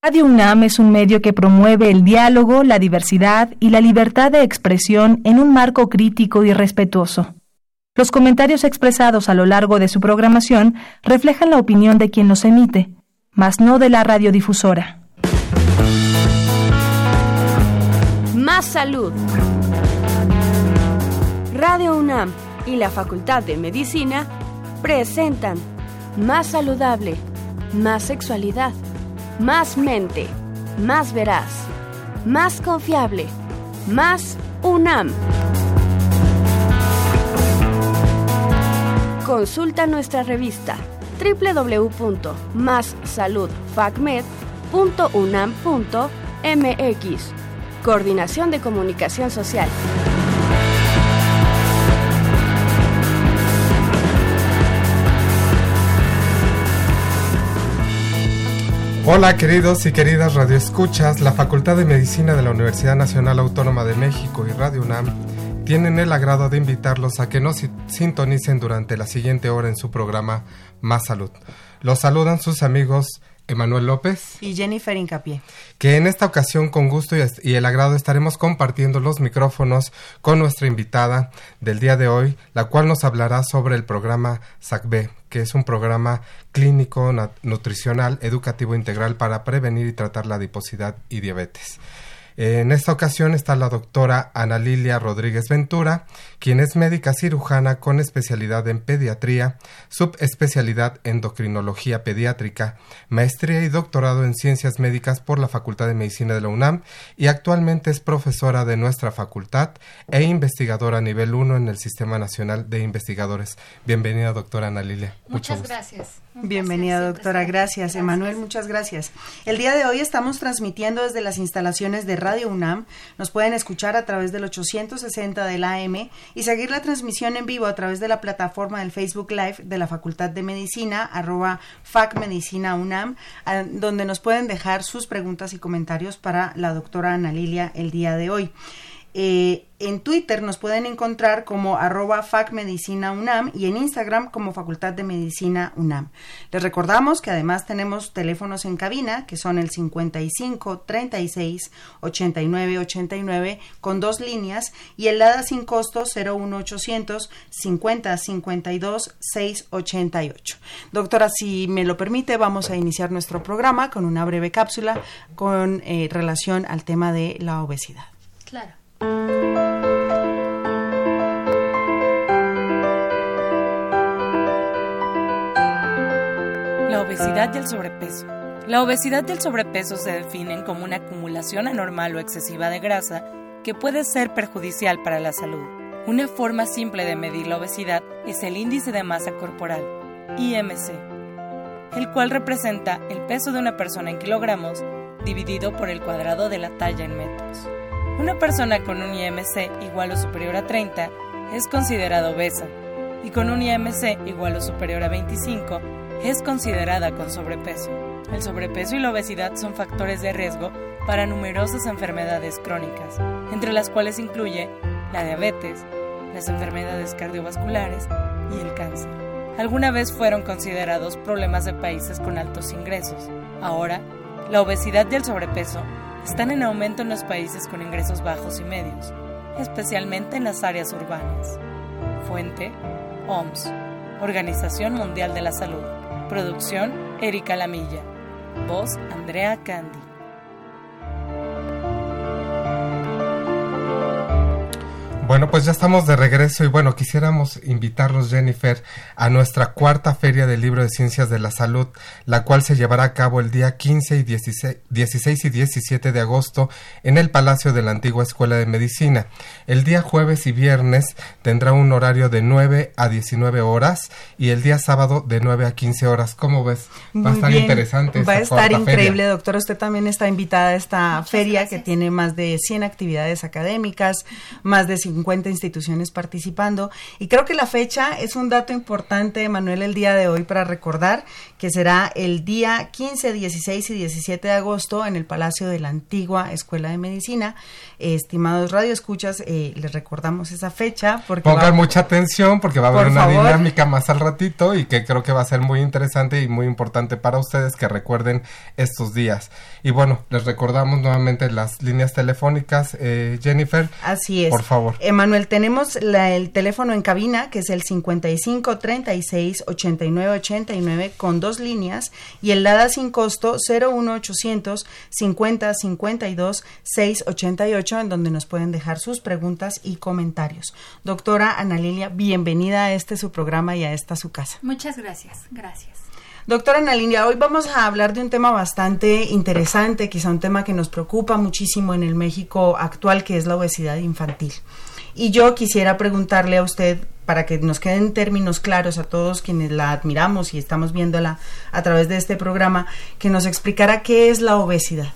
Radio UNAM es un medio que promueve el diálogo, la diversidad y la libertad de expresión en un marco crítico y respetuoso. Los comentarios expresados a lo largo de su programación reflejan la opinión de quien los emite, mas no de la radiodifusora. Más salud. Radio UNAM y la Facultad de Medicina presentan Más saludable, más sexualidad, más mente, más veraz, más confiable, más UNAM. Consulta nuestra revista www.massaludfacmed.unam.mx. Coordinación de Comunicación Social. Hola queridos y queridas radioescuchas, la Facultad de Medicina de la Universidad Nacional Autónoma de México y Radio UNAM tienen el agrado de invitarlos a que nos sintonicen durante la siguiente hora en su programa Más Salud. Los saludan sus amigos Emanuel López y Jennifer Hincapié, que en esta ocasión con gusto y el agrado estaremos compartiendo los micrófonos con nuestra invitada del día de hoy, la cual nos hablará sobre el programa SACB, que es un programa clínico, nutricional, educativo integral para prevenir y tratar la adiposidad y diabetes. En esta ocasión está la doctora Ana Lilia Rodríguez Ventura, quien es médica cirujana con especialidad en pediatría, subespecialidad en endocrinología pediátrica, maestría y doctorado en ciencias médicas por la Facultad de Medicina de la UNAM y actualmente es profesora de nuestra facultad e investigadora nivel 1 en el Sistema Nacional de Investigadores. Bienvenida, doctora Ana Lilia. Muchas gracias. Bienvenida, doctora. Gracias, Emanuel. Muchas gracias. El día de hoy estamos transmitiendo desde las instalaciones de Radio UNAM. Nos pueden escuchar a través del 860 del AM y seguir la transmisión en vivo a través de la plataforma del Facebook Live de la Facultad de Medicina, @FacMedicinaUNAM, donde nos pueden dejar sus preguntas y comentarios para la doctora Ana Lilia el día de hoy. En Twitter nos pueden encontrar como @FacMedicinaUNAM y en Instagram como Facultad de Medicina UNAM. Les recordamos que además tenemos teléfonos en cabina que son el 55 36 89 89 con 2 líneas y el LADA sin costo 01800 50 52 688. Doctora, si me lo permite, vamos a iniciar nuestro programa con una breve cápsula con relación al tema de la obesidad. Claro. La obesidad y el sobrepeso. La obesidad y el sobrepeso se definen como una acumulación anormal o excesiva de grasa que puede ser perjudicial para la salud. Una forma simple de medir la obesidad es el índice de masa corporal, IMC, el cual representa el peso de una persona en kilogramos dividido por el cuadrado de la talla en metros. Una persona con un IMC igual o superior a 30 es considerada obesa y con un IMC igual o superior a 25 es considerada con sobrepeso. El sobrepeso y la obesidad son factores de riesgo para numerosas enfermedades crónicas, entre las cuales incluye la diabetes, las enfermedades cardiovasculares y el cáncer. Alguna vez fueron considerados problemas de países con altos ingresos. Ahora, la obesidad y el sobrepeso están en aumento en los países con ingresos bajos y medios, especialmente en las áreas urbanas. Fuente: OMS, Organización Mundial de la Salud. Producción: Erika Lamilla. Voz: Andrea Candy. Bueno, pues ya estamos de regreso y bueno, quisiéramos invitarlos, Jennifer, a nuestra cuarta Feria del Libro de Ciencias de la Salud, la cual se llevará a cabo el día 15 y 16 y 17 de agosto en el Palacio de la Antigua Escuela de Medicina. El día jueves y viernes tendrá un horario de 9 a 19 horas y el día sábado de 9 a 15 horas. ¿Cómo ves? Va a estar interesante. Va a estar increíble, feria. Doctora. Usted también está invitada a esta feria gracias. Que tiene más de 100 actividades académicas, más de 50 instituciones participando y creo que la fecha es un dato importante, Manuel, el día de hoy para recordar que será el día 15, 16 y 17 de agosto en el Palacio de la Antigua Escuela de Medicina. Estimados radioescuchas, les recordamos esa fecha. Porque pongan mucha atención porque va a haber una dinámica más al ratito y que creo que va a ser muy interesante y muy importante para ustedes que recuerden estos días. Y bueno, les recordamos nuevamente las líneas telefónicas, Jennifer. Así es. Por favor. Emanuel, tenemos el teléfono en cabina, que es el 55 36 89 89 con 2 líneas, y el LADA sin costo 01800 50 52 688, en donde nos pueden dejar sus preguntas y comentarios. Doctora Ana Lilia, bienvenida a su programa y a esta su casa. Muchas gracias. Doctora Ana Lilia, hoy vamos a hablar de un tema bastante interesante, quizá un tema que nos preocupa muchísimo en el México actual, que es la obesidad infantil. Y yo quisiera preguntarle a usted, para que nos queden términos claros a todos quienes la admiramos y estamos viéndola a través de este programa, que nos explicara qué es la obesidad.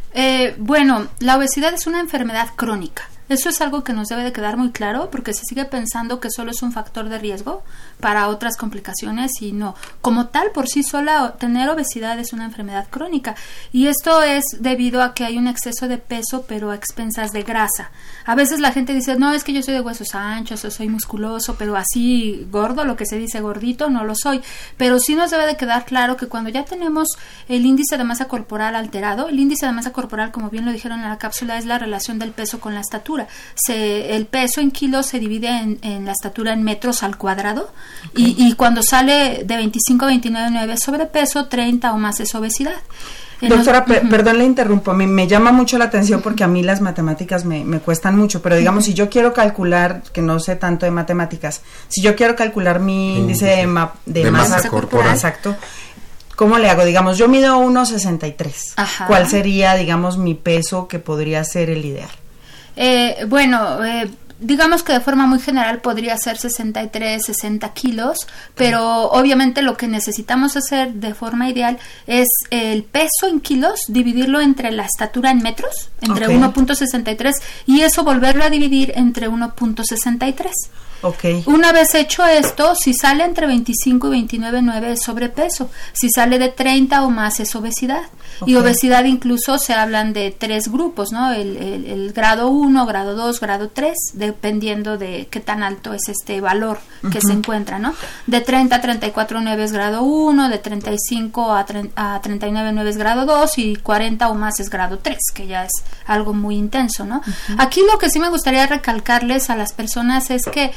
Bueno, la obesidad es una enfermedad crónica. Eso es algo que nos debe de quedar muy claro, porque se sigue pensando que solo es un factor de riesgo para otras complicaciones, y no. Como tal, por sí sola, tener obesidad es una enfermedad crónica, y esto es debido a que hay un exceso de peso, pero a expensas de grasa. A veces la gente dice, no, es que yo soy de huesos anchos, o soy musculoso, pero así gordo, lo que se dice gordito, no lo soy. Pero sí nos debe de quedar claro que cuando ya tenemos el índice de masa corporal alterado, el índice de masa corporal, como bien lo dijeron en la cápsula, es la relación del peso con la estatura. El peso en kilos se divide en la estatura en metros al cuadrado, okay. y cuando sale de 25 a 29,9 es sobrepeso, 30 o más es obesidad. Doctora, perdón, le interrumpo, me llama mucho la atención porque a mí las matemáticas me cuestan mucho, pero digamos, si yo quiero calcular, que no sé tanto de matemáticas, si yo quiero calcular mi índice de masa corporal, exacto, ¿cómo le hago? Digamos, yo mido 1,63. Ajá. ¿Cuál sería, digamos, mi peso que podría ser el ideal? Digamos que de forma muy general podría ser 63, 60 kilos, pero obviamente lo que necesitamos hacer de forma ideal es el peso en kilos, dividirlo entre la estatura en metros, entre 1.63, y eso volverlo a dividir entre 1.63. Okay. Una vez hecho esto, si sale entre 25 y 29,9 es sobrepeso, si sale de 30 o más es obesidad. Okay. Y obesidad incluso se hablan de 3 grupos, ¿no? El grado 1, grado 2, grado 3, dependiendo de qué tan alto es este valor que se encuentra, ¿no? De 30 a 34,9 es grado 1, de 35 a 39,9 es grado 2 y 40 o más es grado 3, que ya es algo muy intenso, ¿no? Aquí lo que sí me gustaría recalcarles a las personas es que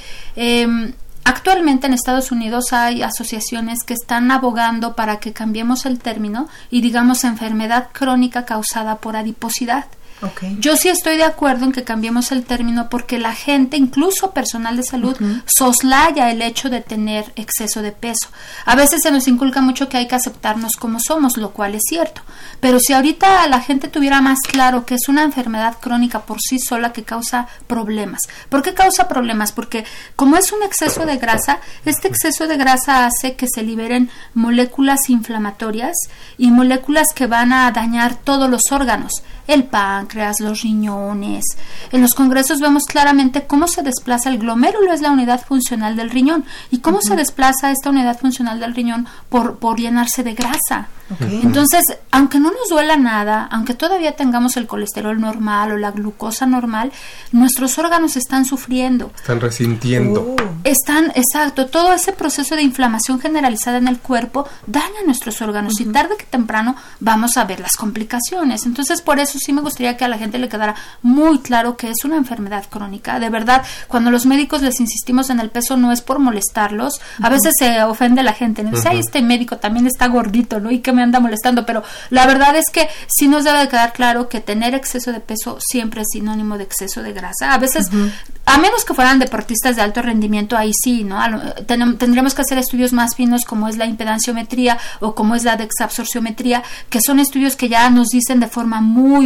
actualmente en Estados Unidos hay asociaciones que están abogando para que cambiemos el término y digamos enfermedad crónica causada por adiposidad. Okay. Yo sí estoy de acuerdo en que cambiemos el término porque la gente, incluso personal de salud, soslaya el hecho de tener exceso de peso. A veces se nos inculca mucho que hay que aceptarnos como somos, lo cual es cierto. Pero si ahorita la gente tuviera más claro que es una enfermedad crónica por sí sola que causa problemas. ¿Por qué causa problemas? Porque como es un exceso de grasa, este exceso de grasa hace que se liberen moléculas inflamatorias y moléculas que van a dañar todos los órganos. El páncreas, los riñones. En los congresos vemos claramente cómo se desplaza el glomérulo, es la unidad funcional del riñón, y cómo se desplaza esta unidad funcional del riñón por llenarse de grasa. Okay. Entonces, aunque no nos duela nada, aunque todavía tengamos el colesterol normal o la glucosa normal, nuestros órganos están sufriendo. Están resintiendo. Exacto, todo ese proceso de inflamación generalizada en el cuerpo daña nuestros órganos y tarde que temprano vamos a ver las complicaciones. Entonces, por eso sí me gustaría que a la gente le quedara muy claro que es una enfermedad crónica. De verdad, cuando los médicos les insistimos en el peso no es por molestarlos. A veces se ofende la gente, ¿no? Dice, ay, este médico también está gordito, ¿no? Y que me anda molestando, pero la verdad es que sí nos debe de quedar claro que tener exceso de peso siempre es sinónimo de exceso de grasa. A veces, a menos que fueran deportistas de alto rendimiento, ahí sí, ¿no? Tendríamos que hacer estudios más finos como es la impedanciometría o como es la dexabsorciometría, que son estudios que ya nos dicen de forma muy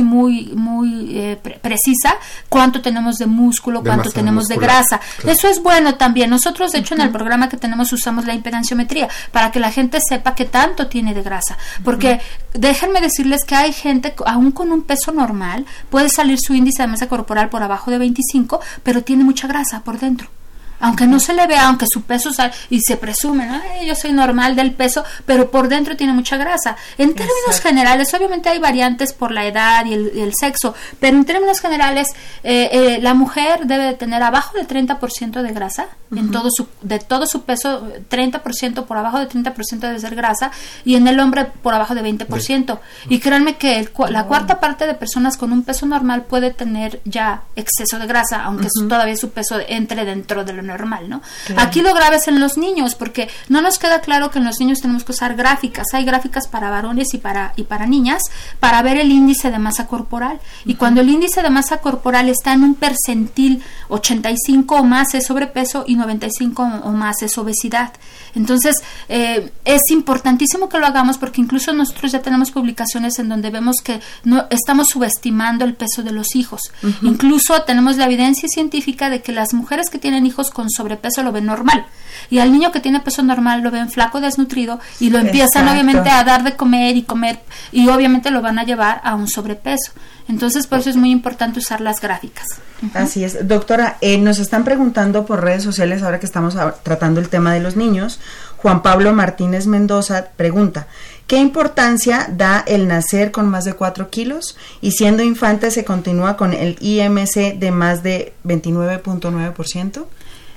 precisa cuánto tenemos de músculo, cuánto tenemos de grasa. Claro. Eso es bueno también. Nosotros, de hecho, en el programa que tenemos usamos la impedanciometría para que la gente sepa qué tanto tiene de grasa. Porque déjenme decirles que hay gente, aún con un peso normal, puede salir su índice de masa corporal por abajo de 25, pero tiene mucha grasa por dentro. aunque no se le vea, aunque su peso y se presume, ¿no? Yo soy normal del peso, pero por dentro tiene mucha grasa. En términos generales, obviamente hay variantes por la edad y el sexo, pero en términos generales, la mujer debe de tener abajo de 30% de grasa, de todo su peso, 30%, por abajo de 30% debe ser grasa, y en el hombre por abajo de 20%. Y créanme que la cuarta parte de personas con un peso normal puede tener ya exceso de grasa, aunque todavía su peso entre dentro de lo normal, ¿no? Claro. Aquí lo grave es en los niños, porque no nos queda claro que en los niños tenemos que usar gráficas. Hay gráficas para varones y para niñas para ver el índice de masa corporal. Y cuando el índice de masa corporal está en un percentil 85 o más es sobrepeso y 95 o más es obesidad. Entonces, es importantísimo que lo hagamos, porque incluso nosotros ya tenemos publicaciones en donde vemos que no estamos subestimando el peso de los hijos. Incluso tenemos la evidencia científica de que las mujeres que tienen hijos con sobrepeso lo ven normal, y al niño que tiene peso normal lo ven flaco, desnutrido, y lo empiezan obviamente a dar de comer, y obviamente lo van a llevar a un sobrepeso. Entonces, por eso es muy importante usar las gráficas. Así es. Doctora, nos están preguntando por redes sociales, ahora que estamos tratando el tema de los niños. Juan Pablo Martínez Mendoza pregunta: ¿qué importancia da el nacer con más de 4 kilos y siendo infante se continúa con el IMC de más de 29.9%?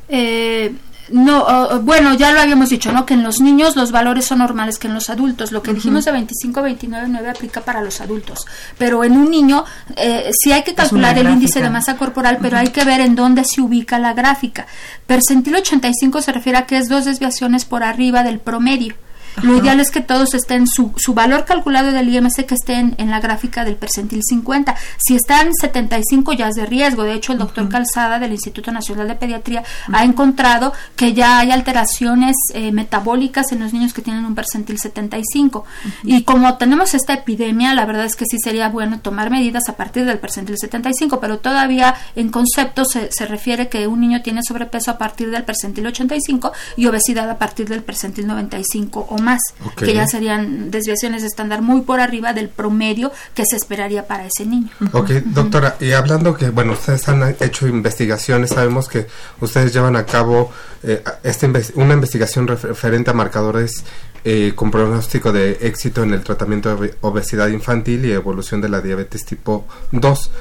No, bueno, ya lo habíamos dicho, ¿no? Que en los niños los valores son normales que en los adultos. Lo que dijimos de 25 a 29.9 aplica para los adultos. Pero en un niño sí hay que calcular el índice de masa corporal, pero hay que ver en dónde se ubica la gráfica. Percentil 85 se refiere a que es 2 desviaciones por arriba del promedio. Lo ideal es que todos estén, su valor calculado del IMC que estén en la gráfica del percentil 50. Si están en 75 ya es de riesgo. De hecho, el doctor Calzada del Instituto Nacional de Pediatría ha encontrado que ya hay alteraciones metabólicas en los niños que tienen un percentil 75. Y como tenemos esta epidemia, la verdad es que sí sería bueno tomar medidas a partir del percentil 75, pero todavía en concepto se refiere que un niño tiene sobrepeso a partir del percentil 85 y obesidad a partir del percentil 95 o más, que ya serían desviaciones de estándar muy por arriba del promedio que se esperaría para ese niño. Ok, doctora, y hablando que, bueno, ustedes han hecho investigaciones, sabemos que ustedes llevan a cabo una investigación referente a marcadores con pronóstico de éxito en el tratamiento de obesidad infantil y evolución de la diabetes tipo 2.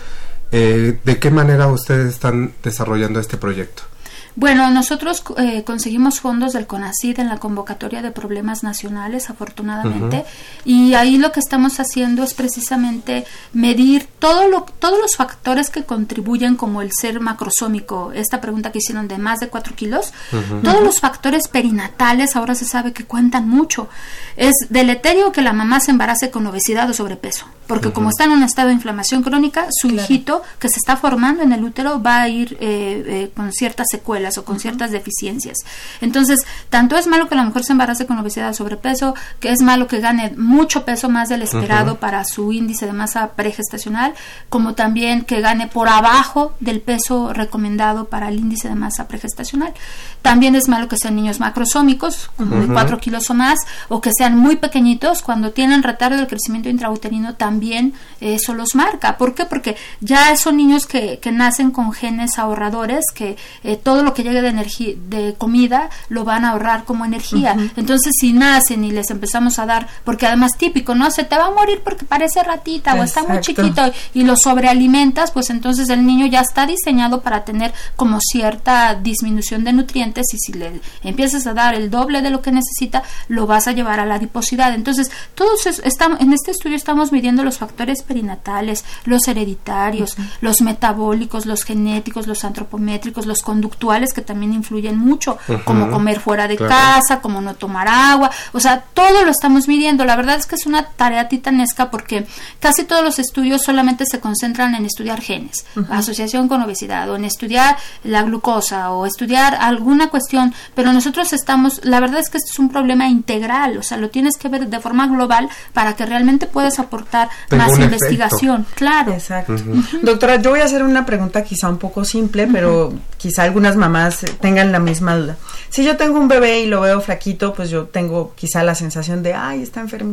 ¿De qué manera ustedes están desarrollando este proyecto? Bueno, nosotros conseguimos fondos del CONACYT en la convocatoria de problemas nacionales, afortunadamente, y ahí lo que estamos haciendo es precisamente medir todos los factores que contribuyen, como el ser macrosómico, esta pregunta que hicieron de más de 4 kilos, todos los factores perinatales ahora se sabe que cuentan mucho. Es deleterio que la mamá se embarace con obesidad o sobrepeso, porque como está en un estado de inflamación crónica, su hijito que se está formando en el útero va a ir con ciertas secuelas o con ciertas deficiencias. Entonces, tanto es malo que la mujer se embarace con obesidad o sobrepeso, que es malo que gane mucho peso más del esperado para su índice de masa pregestacional, como también que gane por abajo del peso recomendado para el índice de masa pregestacional. También es malo que sean niños macrosómicos, como de 4 kilos o más, o que sean muy pequeñitos. Cuando tienen retardo del crecimiento intrauterino, también eso los marca. ¿Por qué? Porque ya son niños que nacen con genes ahorradores, que todo lo que llegue de energía, de comida, lo van a ahorrar como energía. Entonces, si nacen y les empezamos a dar, porque además típico, ¿no? Se te va a morir porque parece ratita o está muy chiquito y lo sobrealimentas, pues entonces el niño ya está diseñado para tener como cierta disminución de nutrientes, y si le empiezas a dar el doble de lo que necesita, lo vas a llevar a la adiposidad. Entonces, todos en este estudio estamos midiendo los factores perinatales, los hereditarios, los metabólicos, los genéticos, los antropométricos, los conductuales, que también influyen mucho, como comer fuera de casa, como no tomar agua, o sea, todo lo estamos midiendo. La verdad es que es una tarea titanesca, porque casi todos los estudios solamente se concentran en estudiar genes, asociación con obesidad, o en estudiar la glucosa, o estudiar alguna cuestión, pero nosotros la verdad es que esto es un problema integral, o sea, lo tienes que ver de forma global para que realmente puedas aportar más investigación. Claro. Exacto. Doctora, yo voy a hacer una pregunta quizá un poco simple, pero quizá algunas mamás tengan la misma duda. Si yo tengo un bebé y lo veo flaquito, pues yo tengo quizá la sensación de, ay, está enfermito.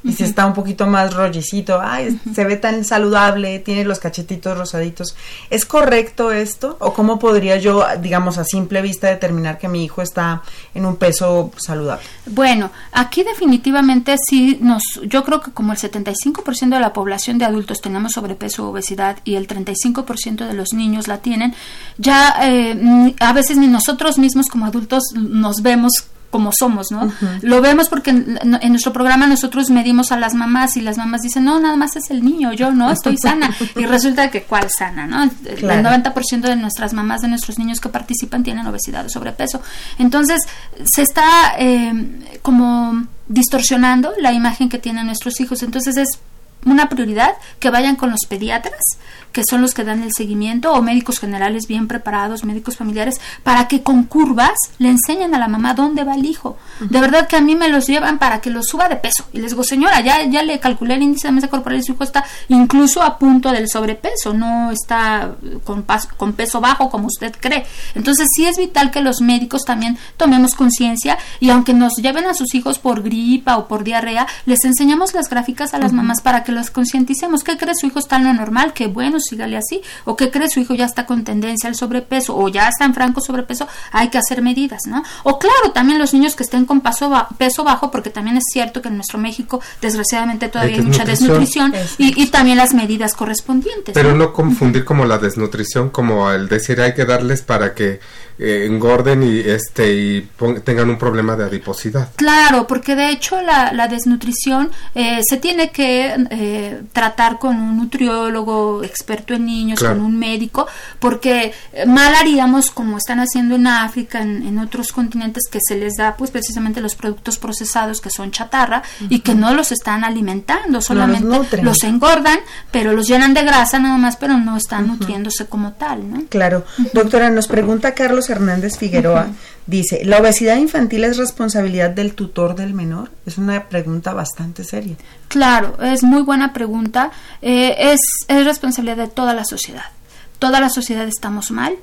y si está un poquito más rollicito, se ve tan saludable, tiene los cachetitos rosaditos. ¿Es correcto esto? ¿O cómo podría yo, digamos, a simple vista determinar que mi hijo está en un peso saludable? Bueno, aquí definitivamente yo creo que como el 75% de la población de adultos tenemos sobrepeso o obesidad y el 35% de los niños la tienen, ya a veces ni nosotros mismos como adultos nos vemos como somos, ¿no? Lo vemos porque en nuestro programa nosotros medimos a las mamás y las mamás dicen, no, nada más es el niño, yo no, estoy sana. Y resulta que ¿cuál sana, no? Claro. El 90% de nuestras mamás, de nuestros niños que participan, tienen obesidad o sobrepeso. Entonces, se está como distorsionando la imagen que tienen nuestros hijos. Entonces, es una prioridad que vayan con los pediatras, que son los que dan el seguimiento, o médicos generales bien preparados, médicos familiares, para que con curvas le enseñen a la mamá dónde va el hijo. De verdad que a mí me los llevan para que los suba de peso. Y les digo, señora, ya le calculé el índice de masa corporal y su hijo está incluso a punto del sobrepeso, no está con peso bajo como usted cree. Entonces sí es vital que los médicos también tomemos conciencia, y aunque nos lleven a sus hijos por gripa o por diarrea, les enseñamos las gráficas a las mamás para que los concienticemos. ¿Qué cree su hijo está en lo normal? Que bueno, sígale así. ¿O qué cree su hijo ya está con tendencia al sobrepeso o ya está en franco sobrepeso? Hay que hacer medidas, ¿no? O claro, también los niños que estén con peso bajo, porque también es cierto que en nuestro México desgraciadamente todavía hay mucha desnutrición y también las medidas correspondientes. Pero no confundir como la desnutrición como el decir hay que darles para que engorden y tengan un problema de adiposidad. Claro, porque de hecho la desnutrición se tiene que tratar con un nutriólogo experto en niños, claro, con un médico, porque mal haríamos, como están haciendo en África, en otros continentes, que se les da pues precisamente los productos procesados que son chatarra y que no los están alimentando, solamente los engordan, pero los llenan de grasa nada más, pero no están nutriéndose como tal, ¿no? Claro. Doctora, nos pregunta Carlos Hernández Figueroa, dice, ¿la obesidad infantil es responsabilidad del tutor del menor? Es una pregunta bastante seria. Claro, es muy buena pregunta. Es responsabilidad de toda la sociedad. Toda la sociedad estamos mal.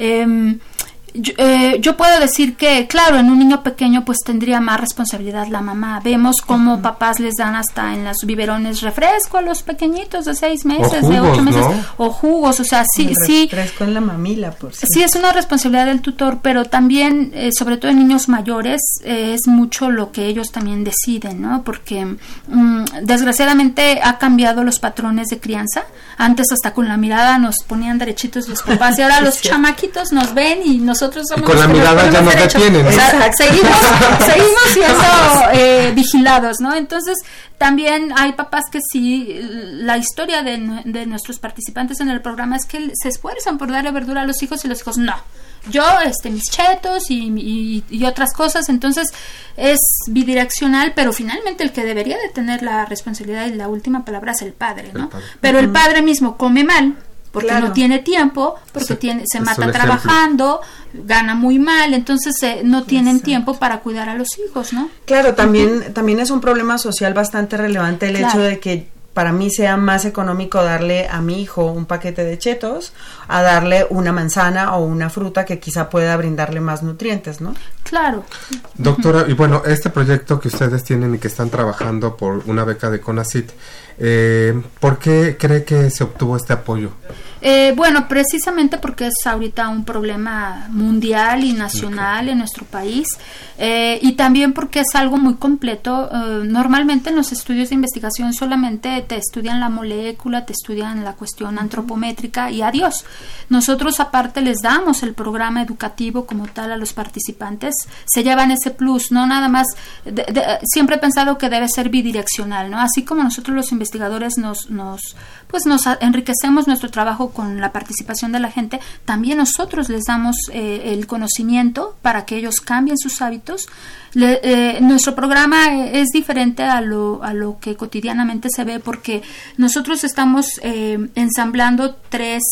Yo puedo decir que, claro, en un niño pequeño pues tendría más responsabilidad la mamá. Vemos cómo papás les dan hasta en los biberones refresco a los pequeñitos de 6 meses, de 8 meses, ¿no? O jugos, o sea, sí. Refresco en la mamila, por cierto. Sí, es una responsabilidad del tutor, pero también, sobre todo en niños mayores, es mucho lo que ellos también deciden, ¿no? Porque desgraciadamente ha cambiado los patrones de crianza. Antes hasta con la mirada nos ponían derechitos los papás y ahora los chamaquitos nos ven y nosotros somos, y con la mirada ya nos detienen. O sea, seguimos siendo vigilados, ¿no? Entonces también hay papás que sí, la historia de nuestros participantes en el programa es que se esfuerzan por darle verdura a los hijos y los hijos no. Yo, mis chetos y otras cosas. Entonces es bidireccional, pero finalmente el que debería de tener la responsabilidad y la última palabra es el padre, ¿no? Pero el padre mismo come mal porque no tiene tiempo, porque se mata trabajando, gana muy mal, entonces no tienen tiempo para cuidar a los hijos, ¿no? Claro, también es un problema social bastante relevante el hecho de que para mí sea más económico darle a mi hijo un paquete de chetos a darle una manzana o una fruta que quizá pueda brindarle más nutrientes, ¿no? Claro. Doctora, y bueno, este proyecto que ustedes tienen y que están trabajando por una beca de CONACYT, ¿por qué cree que se obtuvo este apoyo? Bueno, precisamente porque es ahorita un problema mundial y nacional en nuestro país, y también porque es algo muy completo. Normalmente en los estudios de investigación solamente te estudian la molécula, te estudian la cuestión antropométrica y adiós. Nosotros aparte les damos el programa educativo como tal a los participantes, se llevan ese plus, no nada más, siempre he pensado que debe ser bidireccional, ¿no? Así como nosotros los investigadores nos enriquecemos nuestro trabajo con la participación de la gente, también nosotros les damos el conocimiento para que ellos cambien sus hábitos. Nuestro programa es diferente a lo que cotidianamente se ve, porque nosotros estamos ensamblando 3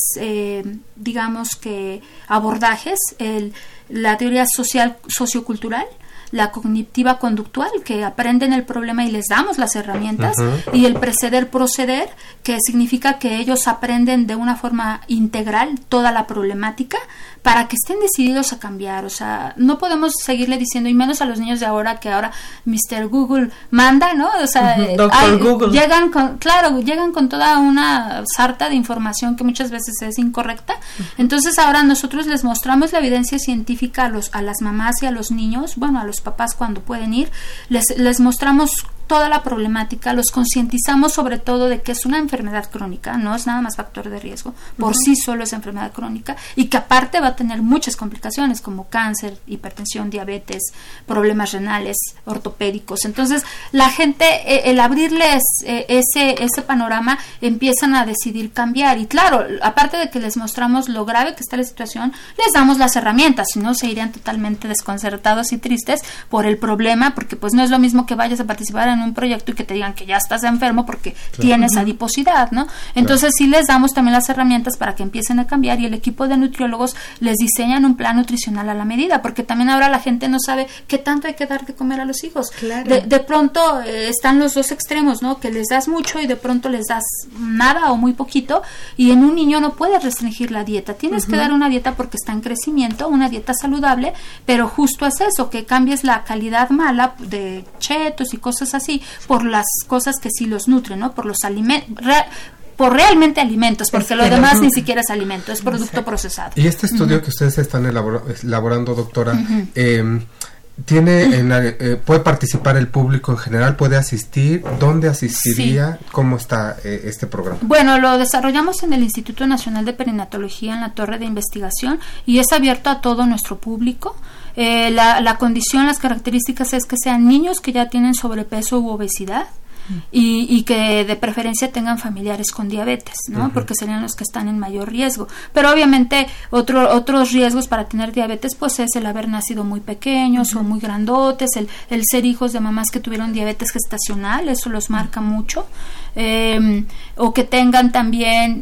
digamos que abordajes: la teoría social sociocultural, la cognitiva conductual, que aprenden el problema y les damos las herramientas, y el proceder, que significa que ellos aprenden de una forma integral toda la problemática para que estén decididos a cambiar. O sea, no podemos seguirle diciendo, y menos a los niños de ahora, que ahora Mr. Google manda, ¿no? O sea, Google. llegan con toda una sarta de información que muchas veces es incorrecta. Entonces ahora nosotros les mostramos la evidencia científica a las mamás y a los niños, bueno, a los papás cuando pueden ir, les mostramos toda la problemática, los concientizamos sobre todo de que es una enfermedad crónica, no es nada más factor de riesgo, por sí solo es enfermedad crónica, y que aparte va a tener muchas complicaciones como cáncer, hipertensión, diabetes, problemas renales, ortopédicos. Entonces la gente, el abrirles ese panorama, empiezan a decidir cambiar, y claro, aparte de que les mostramos lo grave que está la situación, les damos las herramientas, si no se irían totalmente desconcertados y tristes por el problema, porque pues no es lo mismo que vayas a participar en un proyecto y que te digan que ya estás enfermo porque tienes adiposidad, ¿no? Entonces sí les damos también las herramientas para que empiecen a cambiar, y el equipo de nutriólogos les diseñan un plan nutricional a la medida, porque también ahora la gente no sabe qué tanto hay que dar de comer a los hijos. Claro. De pronto están los dos extremos, ¿no? Que les das mucho y de pronto les das nada o muy poquito, y en un niño no puedes restringir la dieta, tienes que dar una dieta porque está en crecimiento, una dieta saludable, pero justo es eso, que cambies la calidad mala de chetos y cosas así por las cosas que sí los nutren, ¿no? Por los alimentos, por realmente alimentos, porque lo demás ni siquiera es alimento, es producto procesado. Y este estudio que ustedes están elaborando, doctora, puede participar el público en general, puede asistir, ¿dónde asistiría? Sí. ¿Cómo está este programa? Bueno, lo desarrollamos en el Instituto Nacional de Perinatología, en la Torre de Investigación, y es abierto a todo nuestro público. La condición, las características es que sean niños que ya tienen sobrepeso u obesidad, y que de preferencia tengan familiares con diabetes, ¿no? Porque serían los que están en mayor riesgo. Pero obviamente otros riesgos para tener diabetes pues es el haber nacido muy pequeños o muy grandotes, el ser hijos de mamás que tuvieron diabetes gestacional, eso los marca mucho, o que tengan también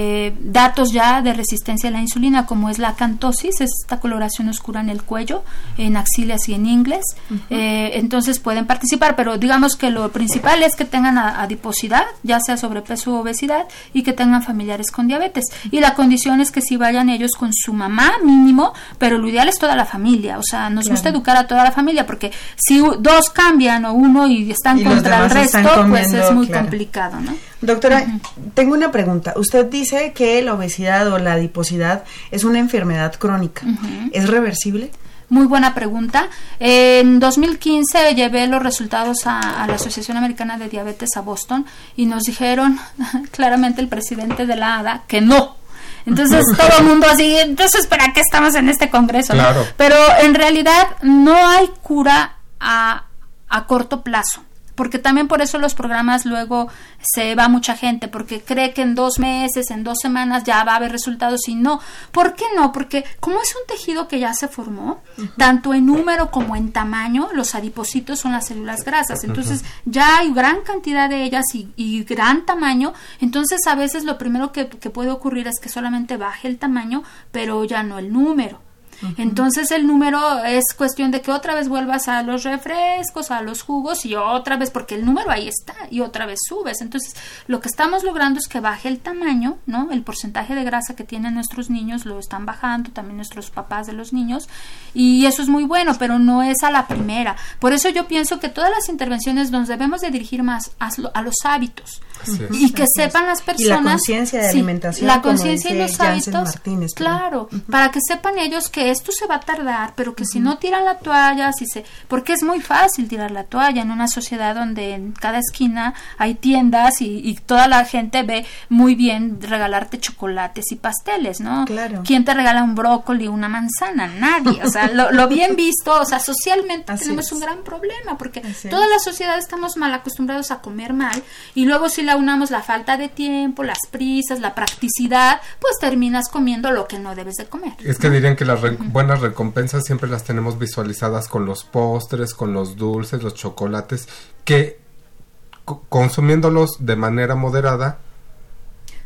datos ya de resistencia a la insulina, como es la acantosis, es esta coloración oscura en el cuello, en axilas y en ingles. Entonces pueden participar, pero digamos que lo principal es que tengan adiposidad, ya sea sobrepeso u obesidad, y que tengan familiares con diabetes. Y la condición es que si vayan ellos con su mamá mínimo, pero lo ideal es toda la familia. O sea, nos gusta educar a toda la familia, porque si dos cambian o uno y están contra el resto, pues es muy complicado, ¿no? Doctora, tengo una pregunta. Usted dice que la obesidad o la adiposidad es una enfermedad crónica. ¿Es reversible? Muy buena pregunta. En 2015 llevé los resultados a la Asociación Americana de Diabetes a Boston, y nos dijeron claramente el presidente de la ADA que no. Entonces todo el mundo así, entonces ¿para qué estamos en este congreso? Claro. ¿No? Pero en realidad no hay cura a corto plazo, porque también por eso los programas luego se va mucha gente, porque cree que en 2 meses, en 2 semanas ya va a haber resultados, y no. ¿Por qué no? Porque como es un tejido que ya se formó, tanto en número como en tamaño, los adipocitos son las células grasas, entonces ya hay gran cantidad de ellas y gran tamaño, entonces a veces lo primero que puede ocurrir es que solamente baje el tamaño, pero ya no el número. Entonces el número es cuestión de que otra vez vuelvas a los refrescos, a los jugos, y otra vez, porque el número ahí está, y otra vez subes. Entonces lo que estamos logrando es que baje el tamaño, ¿no? El porcentaje de grasa que tienen nuestros niños lo están bajando, también nuestros papás de los niños, y eso es muy bueno, pero no es a la primera. Por eso yo pienso que todas las intervenciones nos debemos de dirigir más a los hábitos, y que sepan las personas, y la conciencia de alimentación, la conciencia y los hábitos, Martínez, claro, para que sepan ellos que esto se va a tardar, pero que si no tiran la toalla, porque es muy fácil tirar la toalla en una sociedad donde en cada esquina hay tiendas y toda la gente ve muy bien regalarte chocolates y pasteles, ¿no? Claro. ¿Quién te regala un brócoli, una manzana? Nadie. O sea, lo bien visto, o sea, socialmente tenemos un gran problema, porque toda la sociedad estamos mal acostumbrados a comer mal, y luego si la unamos la falta de tiempo, las prisas, la practicidad, pues terminas comiendo lo que no debes de comer. Es que dirían que las buenas recompensas siempre las tenemos visualizadas con los postres, con los dulces, los chocolates, que consumiéndolos de manera moderada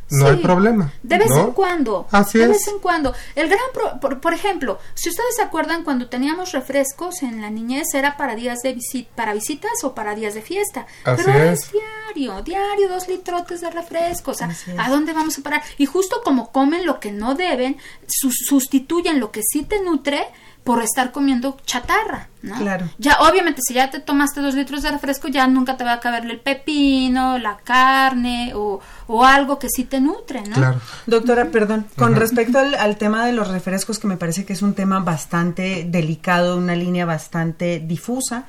no hay problema. De vez en cuando. Así de es. vez en cuando. El gran por ejemplo, si ustedes se acuerdan cuando teníamos refrescos en la niñez, era para días de para visitas o para días de fiesta. Así pero ahora es. es diario 2 litrotes de refrescos. O sea, ¿a dónde vamos a parar? Y justo como comen lo que no deben, sustituyen lo que sí te nutre por estar comiendo chatarra, ¿no? Claro. Ya, obviamente, si ya te tomaste 2 litros de refresco, ya nunca te va a caber el pepino, la carne o algo que sí te nutre, ¿no? Claro. Doctora, perdón, con respecto al tema de los refrescos, que me parece que es un tema bastante delicado, una línea bastante difusa.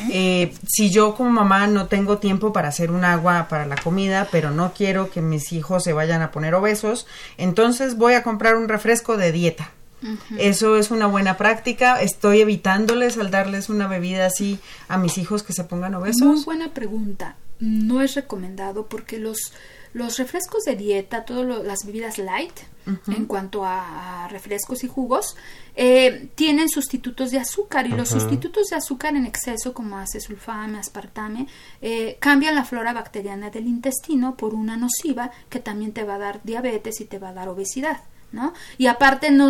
Si yo como mamá no tengo tiempo para hacer un agua para la comida, pero no quiero que mis hijos se vayan a poner obesos, entonces voy a comprar un refresco de dieta. Eso es una buena práctica. Estoy evitándoles al darles una bebida así a mis hijos que se pongan obesos. Muy buena pregunta. No es recomendado porque los refrescos de dieta, todas las bebidas light, en cuanto a refrescos y jugos, tienen sustitutos de azúcar, y los sustitutos de azúcar en exceso, como acesulfame, aspartame, cambian la flora bacteriana del intestino por una nociva que también te va a dar diabetes y te va a dar obesidad, ¿no? Y aparte no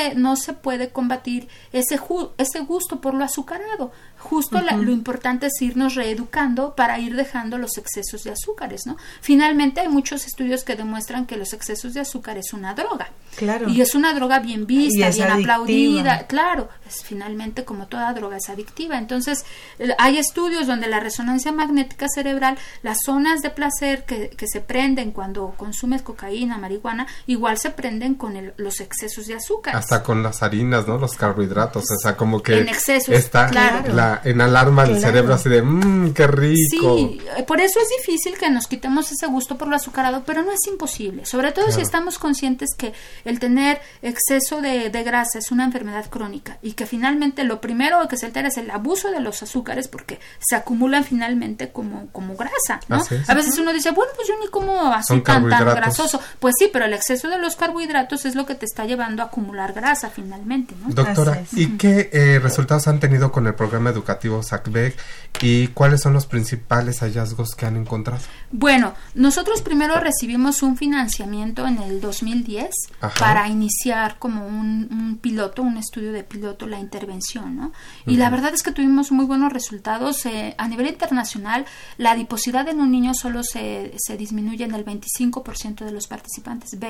se puede combatir ese gusto por lo azucarado. Justo lo importante es irnos reeducando para ir dejando los excesos de azúcares, ¿no? Finalmente hay muchos estudios que demuestran que los excesos de azúcar es una droga. Claro. Y es una droga bien vista, bien adictiva. aplaudida. Claro, finalmente, como toda droga, es adictiva. Entonces, hay estudios donde la resonancia magnética cerebral, las zonas de placer que se prenden cuando consumes cocaína, marihuana, igual se prenden con los excesos de azúcar. Hasta con las harinas, ¿no? Los carbohidratos, o sea, como que en exceso, está claro. en alarma el cerebro así de qué rico. Sí, por eso es difícil que nos quitemos ese gusto por lo azucarado, pero no es imposible, sobre todo si estamos conscientes que el tener exceso de grasa es una enfermedad crónica y que finalmente lo primero que se altera es el abuso de los azúcares, porque se acumulan finalmente como grasa, ¿no? A veces uno dice, bueno, pues yo ni como así tan grasoso. Pues sí, pero el exceso de los carbohidratos es lo que te está llevando a acumular grasa finalmente, ¿no? Doctora, ¿y qué resultados han tenido con el programa educativo SACBEC y cuáles son los principales hallazgos que han encontrado? Bueno, nosotros primero recibimos un financiamiento en el 2010 para iniciar como un piloto, un estudio de piloto, la intervención, ¿no? Y la verdad es que tuvimos muy buenos resultados. A nivel internacional, la adiposidad en un niño solo se disminuye en el 25% de los participantes,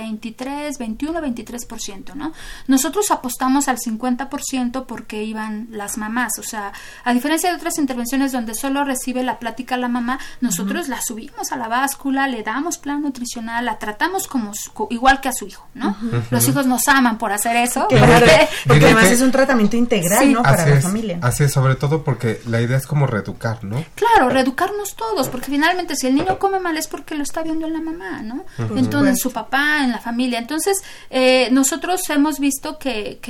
23%, ¿no? Nosotros apostamos al 50% porque iban las mamás, o sea, a diferencia de otras intervenciones donde solo recibe la plática la mamá, nosotros la subimos a la báscula, le damos plan nutricional, la tratamos igual que a su hijo, ¿no? Los hijos nos aman por hacer eso. Claro, porque además es un tratamiento integral, ¿no? Para la familia. Así es, sobre todo porque la idea es como reeducar, ¿no? Claro, reeducarnos todos, porque finalmente si el niño come mal es porque lo está viendo en la mamá, ¿no? Entonces, en su papá, en la familia. Entonces, nosotros hemos visto que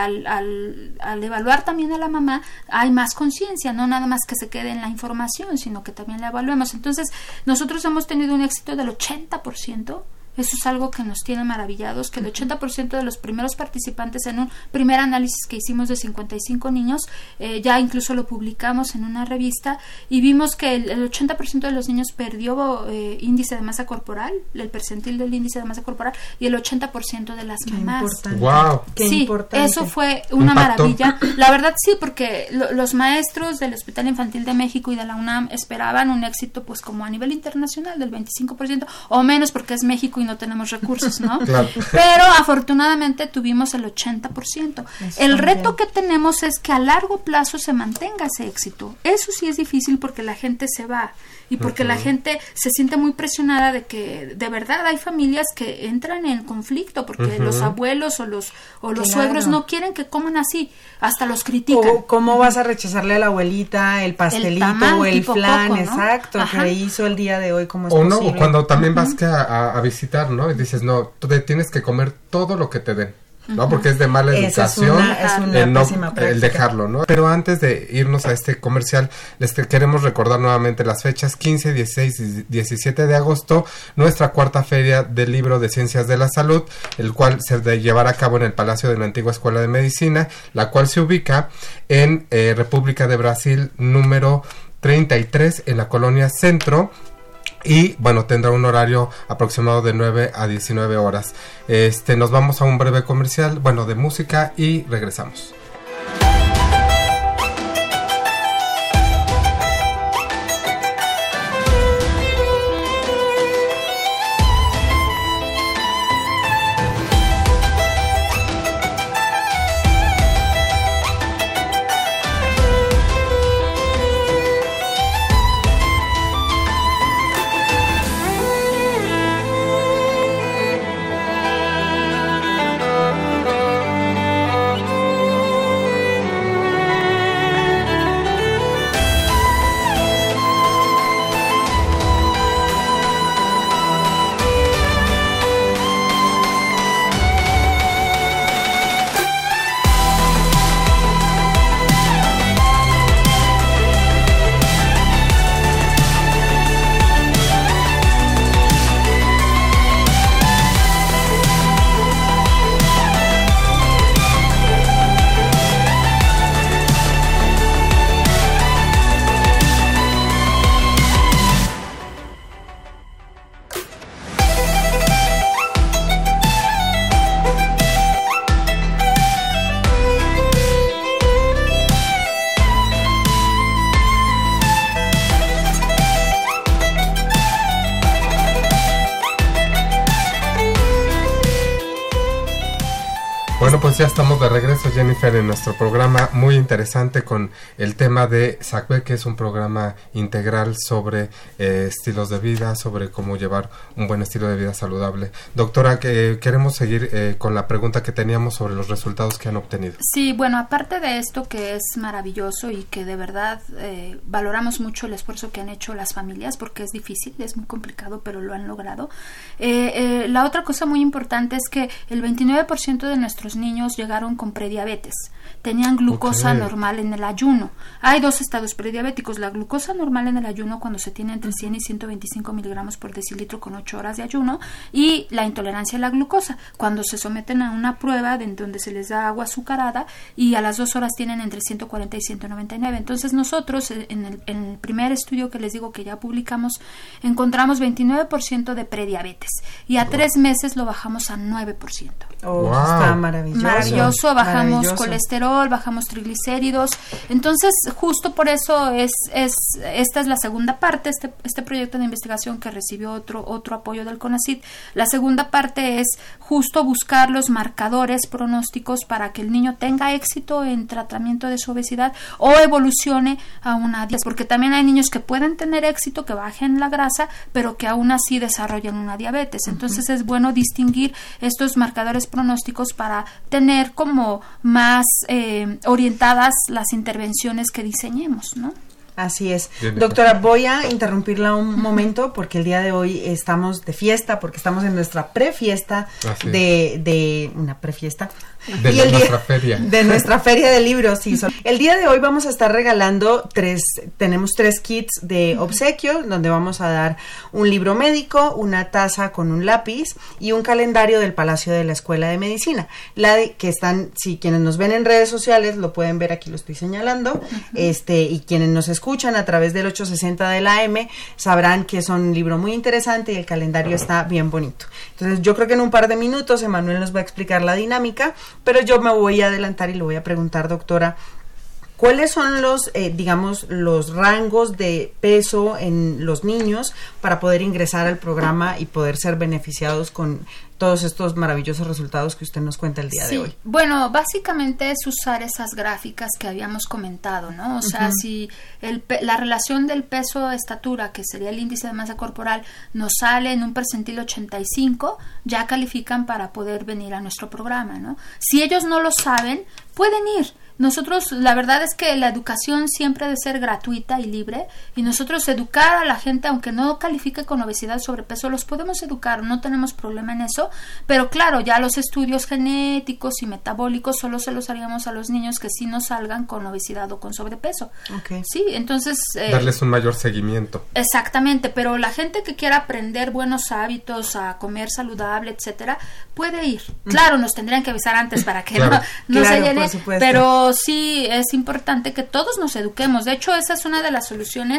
al evaluar también a la mamá hay más conciencia, no nada más que se quede en la información, sino que también la evaluemos. Entonces, nosotros hemos tenido un éxito del 80%. Eso es algo que nos tiene maravillados, que el 80% de los primeros participantes en un primer análisis que hicimos de 55 niños, ya incluso lo publicamos en una revista, y vimos que el 80% de los niños perdió índice de masa corporal, el percentil del índice de masa corporal, y el 80% de las mamás. ¡Wow! Sí, importante. Eso fue una maravilla. La verdad sí, porque los maestros del Hospital Infantil de México y de la UNAM esperaban un éxito pues como a nivel internacional del 25% o menos, porque es México y no tenemos recursos, ¿no? Claro. Pero afortunadamente tuvimos el 80%. El reto que tenemos es que a largo plazo se mantenga ese éxito. Eso sí es difícil porque la gente se va y porque la gente se siente muy presionada de que de verdad hay familias que entran en conflicto porque los abuelos o los suegros no quieren que coman así, hasta los critican. O cómo vas a rechazarle a la abuelita el pastelito o el flan, coco, ¿no? Exacto, que hizo el día de hoy, ¿cómo es posible? O cuando también vas a visitar, ¿no? Y dices, no, tú tienes que comer todo lo que te den, ¿no? Porque es de mala educación el dejarlo, ¿no? Pero antes de irnos a este comercial, les queremos recordar nuevamente las fechas: 15, 16 y 17 de agosto, nuestra cuarta feria del libro de Ciencias de la Salud, el cual se llevará a cabo en el Palacio de la Antigua Escuela de Medicina, la cual se ubica en República de Brasil número 33, en la Colonia Centro. y bueno, tendrá un horario aproximado de 9 a 19 horas. Nos vamos a un breve comercial, de música, y regresamos. Bueno, pues ya estamos de regreso, Jennifer, en nuestro programa muy interesante con el tema de SACB, que es un programa integral sobre estilos de vida, sobre cómo llevar un buen estilo de vida saludable. Doctora, queremos seguir con la pregunta que teníamos sobre los resultados que han obtenido. Sí, bueno, aparte de esto que es maravilloso y que de verdad valoramos mucho el esfuerzo que han hecho las familias, porque es difícil, es muy complicado, pero lo han logrado. La otra cosa muy importante es que el 29% de nuestros niños llegaron con prediabetes, tenían glucosa normal en el ayuno. Hay dos estados prediabéticos: la glucosa normal en el ayuno, cuando se tiene entre 100 y 125 miligramos por decilitro con 8 horas de ayuno, y la intolerancia a la glucosa, cuando se someten a una prueba en donde se les da agua azucarada y a las 2 horas tienen entre 140 y 199. Entonces nosotros en el primer estudio que les digo que ya publicamos, encontramos 29% de prediabetes y a 3 meses lo bajamos a 9%. Está maravilloso. Bajamos colesterol, bajamos triglicéridos. Entonces, justo por eso esta es la segunda parte, este proyecto de investigación que recibió otro apoyo del CONACYT. La segunda parte es justo buscar los marcadores pronósticos para que el niño tenga éxito en tratamiento de su obesidad o evolucione a una diabetes, porque también hay niños que pueden tener éxito, que bajen la grasa, pero que aún así desarrollan una diabetes. Entonces es bueno distinguir estos marcadores pronósticos para tener como más orientadas las intervenciones que diseñemos, ¿no? Así es. Doctora, voy a interrumpirla un momento porque el día de hoy estamos de fiesta, porque estamos en nuestra prefiesta de una prefiesta. De nuestra feria de libros, sí. El día de hoy vamos a estar regalando tenemos 3 kits de obsequio, donde vamos a dar un libro médico, una taza con un lápiz y un calendario del Palacio de la Escuela de Medicina. Si quienes nos ven en redes sociales lo pueden ver, aquí lo estoy señalando, y quienes nos escuchan a través del 860 de la AM sabrán que es un libro muy interesante y el calendario está bien bonito. Entonces yo creo que en un par de minutos Emanuel nos va a explicar la dinámica, pero yo me voy a adelantar y le voy a preguntar, doctora, ¿cuáles son los rangos de peso en los niños para poder ingresar al programa y poder ser beneficiados con todos estos maravillosos resultados que usted nos cuenta el día de hoy? Bueno, básicamente es usar esas gráficas que habíamos comentado, ¿no? O sea, si la relación del peso-estatura, que sería el índice de masa corporal, nos sale en un percentil 85, ya califican para poder venir a nuestro programa, ¿no? Si ellos no lo saben, pueden ir. Nosotros, la verdad es que la educación siempre debe ser gratuita y libre, y nosotros educar a la gente, aunque no califique con obesidad o sobrepeso, los podemos educar, no tenemos problema en eso, pero claro, ya los estudios genéticos y metabólicos solo se los haríamos a los niños que sí no salgan con obesidad o con sobrepeso. Sí, entonces darles un mayor seguimiento. Exactamente, pero la gente que quiera aprender buenos hábitos, a comer saludable, etcétera, puede ir. Claro, nos tendrían que avisar antes para que no se llene, pero pero sí es importante que todos nos eduquemos. De hecho, esa es una de las soluciones.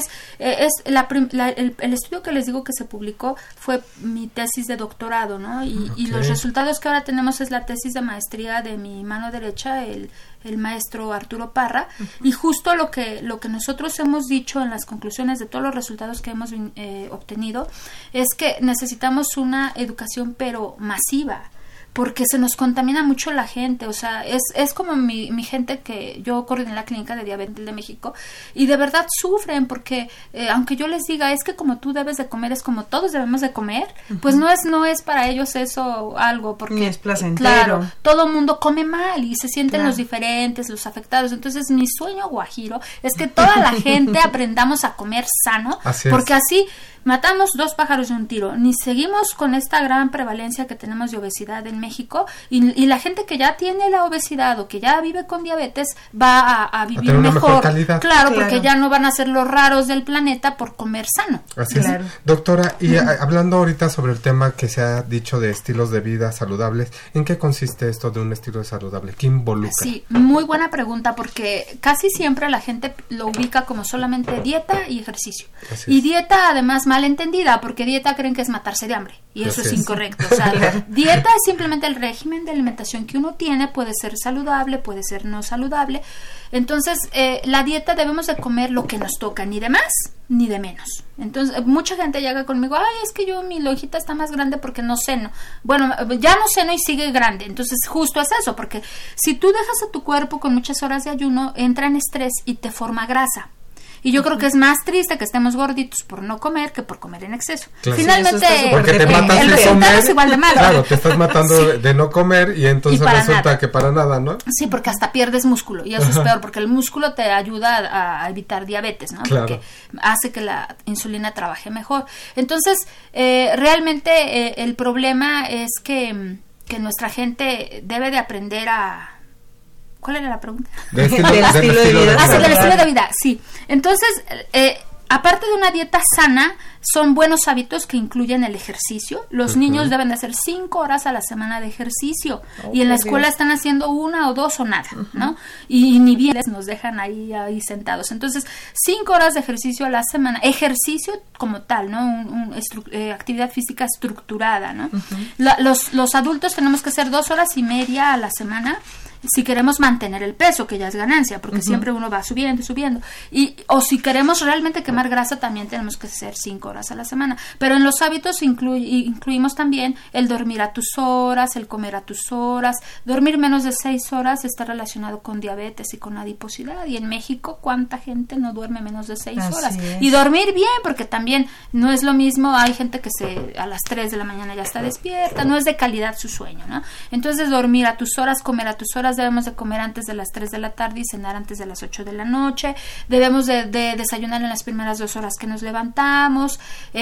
El estudio que les digo que se publicó fue mi tesis de doctorado, ¿no? Y los resultados que ahora tenemos es la tesis de maestría de mi mano derecha, el maestro Arturo Parra, y justo lo que nosotros hemos dicho en las conclusiones de todos los resultados que hemos obtenido es que necesitamos una educación pero masiva, porque se nos contamina mucho la gente. O sea, es como mi gente, que yo coordiné la clínica de diabetes de México, y de verdad sufren porque aunque yo les diga es que como tú debes de comer es como todos debemos de comer, pues no es para ellos eso algo, porque ni es placentero. Claro, todo mundo come mal y se sienten los diferentes, los afectados. Entonces mi sueño guajiro es que toda la gente aprendamos a comer sano, porque así matamos 2 pájaros de un tiro. Ni seguimos con esta gran prevalencia que tenemos de obesidad en México, y la gente que ya tiene la obesidad o que ya vive con diabetes va a vivir mejor. Claro, porque ya no van a ser los raros del planeta por comer sano. Así es. Doctora, y hablando ahorita sobre el tema que se ha dicho de estilos de vida saludables, ¿en qué consiste esto de un estilo saludable? ¿Qué involucra? Sí, muy buena pregunta, porque casi siempre la gente lo ubica como solamente dieta y ejercicio. Y dieta además mal entendida, porque dieta creen que es matarse de hambre, y eso es incorrecto. O sea, dieta es simplemente el régimen de alimentación que uno tiene, puede ser saludable, puede ser no saludable. Entonces, la dieta debemos de comer lo que nos toca, ni de más ni de menos. Entonces, mucha gente llega conmigo, es que mi lonjita está más grande porque no ceno. Bueno, ya no ceno y sigue grande. Entonces, justo es eso, porque si tú dejas a tu cuerpo con muchas horas de ayuno, entra en estrés y te forma grasa. Y yo creo que es más triste que estemos gorditos por no comer que por comer en exceso. Claro. Finalmente, porque te matas el resultado es igual de malo. Claro, te estás matando de no comer y entonces resulta que para nada, ¿no? Sí, porque hasta pierdes músculo, y eso es peor, porque el músculo te ayuda a evitar diabetes, ¿no? Claro. Porque hace que la insulina trabaje mejor. Entonces, realmente el problema es que nuestra gente debe de aprender a... ¿Cuál era la pregunta? Del estilo de vida, sí. Entonces, aparte de una dieta sana, son buenos hábitos que incluyen el ejercicio. Los niños deben de hacer 5 horas a la semana de ejercicio, y en la escuela están haciendo 1 o 2 o nada, ¿no? Y ni bien nos dejan ahí sentados. Entonces, 5 horas de ejercicio a la semana, ejercicio como tal, ¿no? Actividad física estructurada, ¿no? Los adultos tenemos que hacer 2 horas y media a la semana, si queremos mantener el peso, que ya es ganancia, porque siempre uno va subiendo y subiendo, o si queremos realmente quemar grasa, también tenemos que hacer 5 horas a la semana. Pero en los hábitos incluimos también el dormir a tus horas, el comer a tus horas. Dormir menos de 6 horas está relacionado con diabetes y con adiposidad, y en México, ¿cuánta gente no duerme menos de 6 horas? Y dormir bien, porque también no es lo mismo, hay gente que a las 3 de la mañana ya está despierta, no es de calidad su sueño, ¿no? Entonces, dormir a tus horas, comer a tus horas. Debemos de comer antes de las 3 de la tarde y cenar antes de las 8 de la noche. Debemos de desayunar en las primeras 2 horas que nos levantamos.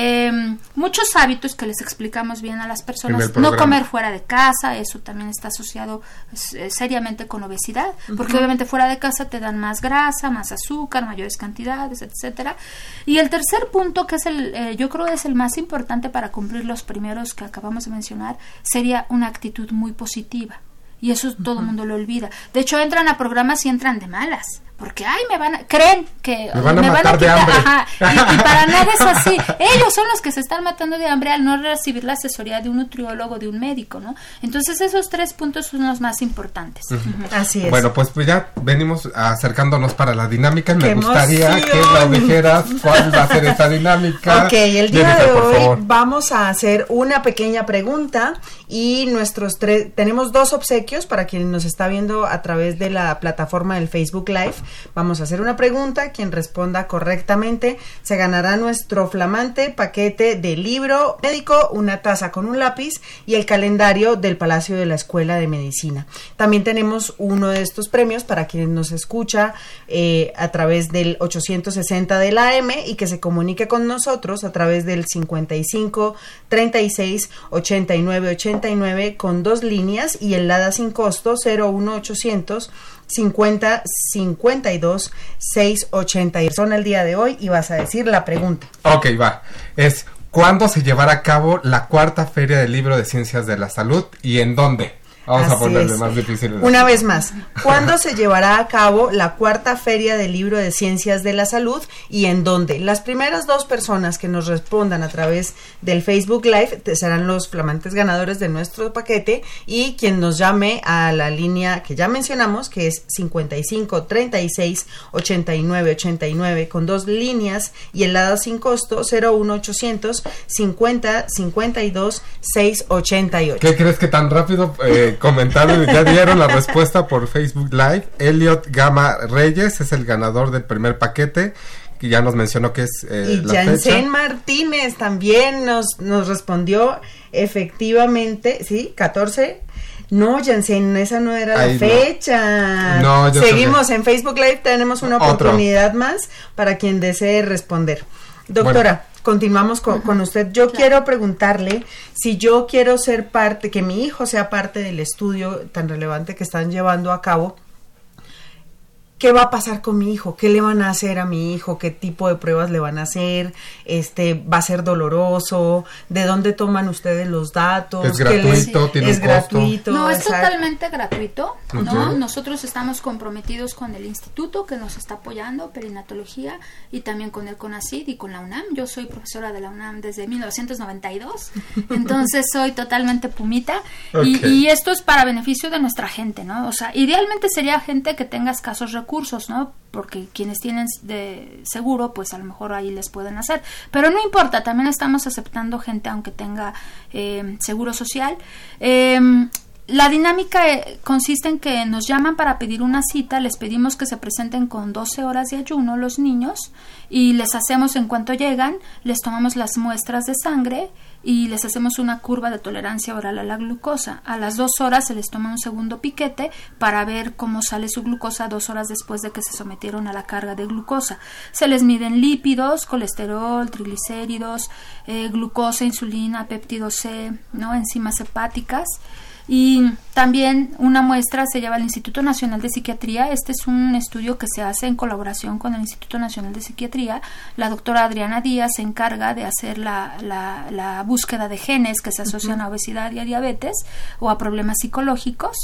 Muchos hábitos que les explicamos bien a las personas. No comer fuera de casa, eso también está asociado seriamente con obesidad, porque obviamente fuera de casa te dan más grasa, más azúcar, mayores cantidades, etcétera. Y el tercer punto, que es yo creo es el más importante para cumplir los primeros que acabamos de mencionar, sería una actitud muy positiva. Y eso todo el mundo lo olvida. De hecho, entran a programas y entran de malas, porque creen que me van a matar de hambre. Y para nada es así. Ellos son los que se están matando de hambre al no recibir la asesoría de un nutriólogo, de un médico, ¿no? Entonces, esos 3 puntos son los más importantes. Así es. Bueno, pues ya venimos acercándonos para la dinámica. Me gustaría que la dijeras cuál va a ser esta dinámica. Ok, el día de hoy vamos a hacer una pequeña pregunta, y tenemos 2 obsequios para quien nos está viendo a través de la plataforma del Facebook Live. Vamos a hacer una pregunta, quien responda correctamente se ganará nuestro flamante paquete de libro médico, una taza con un lápiz y el calendario del Palacio de la Escuela de Medicina. También tenemos uno de estos premios para quien nos escucha a través del 860 del AM y que se comunique con nosotros a través del 55 36 89 89 con 2 líneas y el LADA sin costo 01800 50 52 680. Son el día de hoy y vas a decir la pregunta. Ok, va. ¿Cuándo se llevará a cabo la 4ª Feria del Libro de Ciencias de la Salud y en dónde? Vamos Así a ponerle es. más difícil. Una vez más, ¿cuándo se llevará a cabo la 4ª Feria del Libro de Ciencias de la Salud y en dónde? Las primeras 2 personas que nos respondan a través del Facebook Live serán los flamantes ganadores de nuestro paquete, y quien nos llame a la línea que ya mencionamos, que es 55 36 89 89, con 2 líneas y helada sin costo, 01800 50 52 688. ¿Qué crees que tan rápido comentaron? Ya dieron la respuesta por Facebook Live. Elliot Gama Reyes es el ganador del primer paquete, que ya nos mencionó que es y la Jansen fecha. Martínez también nos respondió, efectivamente, sí, 14. No, Jansen, esa no era Ahí la fecha. No, yo seguimos en Facebook Live, tenemos una Otro. oportunidad más para quien desee responder. Doctora, continuamos con usted. Yo quiero preguntarle si yo quiero ser parte, que mi hijo sea parte del estudio tan relevante que están llevando a cabo. ¿Qué va a pasar con mi hijo? ¿Qué le van a hacer a mi hijo? ¿Qué tipo de pruebas le van a hacer? ¿Va a ser doloroso? ¿De dónde toman ustedes los datos? ¿Es gratuito? ¿Tiene ¿Es un costo? gratuito? No, es Exacto. totalmente gratuito, ¿no? Ok. Nosotros estamos comprometidos con el instituto que nos está apoyando, perinatología, y también con el CONACYT y con la UNAM. Yo soy profesora de la UNAM desde 1992, entonces soy totalmente pumita. Ok. Y esto es para beneficio de nuestra gente, ¿no? O sea, idealmente sería gente que tenga escasos recursos, ¿no? Porque quienes tienen de seguro, pues a lo mejor ahí les pueden hacer. Pero no importa, también estamos aceptando gente aunque tenga seguro social. La dinámica consiste en que nos llaman para pedir una cita, les pedimos que se presenten con 12 horas de ayuno los niños y les hacemos, en cuanto llegan, les tomamos las muestras de sangre y les hacemos una curva de tolerancia oral a la glucosa. A las 2 horas se les toma un segundo piquete para ver cómo sale su glucosa 2 horas después de que se sometieron a la carga de glucosa. Se les miden lípidos, colesterol, triglicéridos, glucosa, insulina, péptido C, ¿no? Enzimas hepáticas. Y también una muestra se lleva al Instituto Nacional de Psiquiatría. Este es un estudio que se hace en colaboración con el Instituto Nacional de Psiquiatría. La doctora Adriana Díaz se encarga de hacer la búsqueda de genes que se asocian a obesidad y a diabetes o a problemas psicológicos.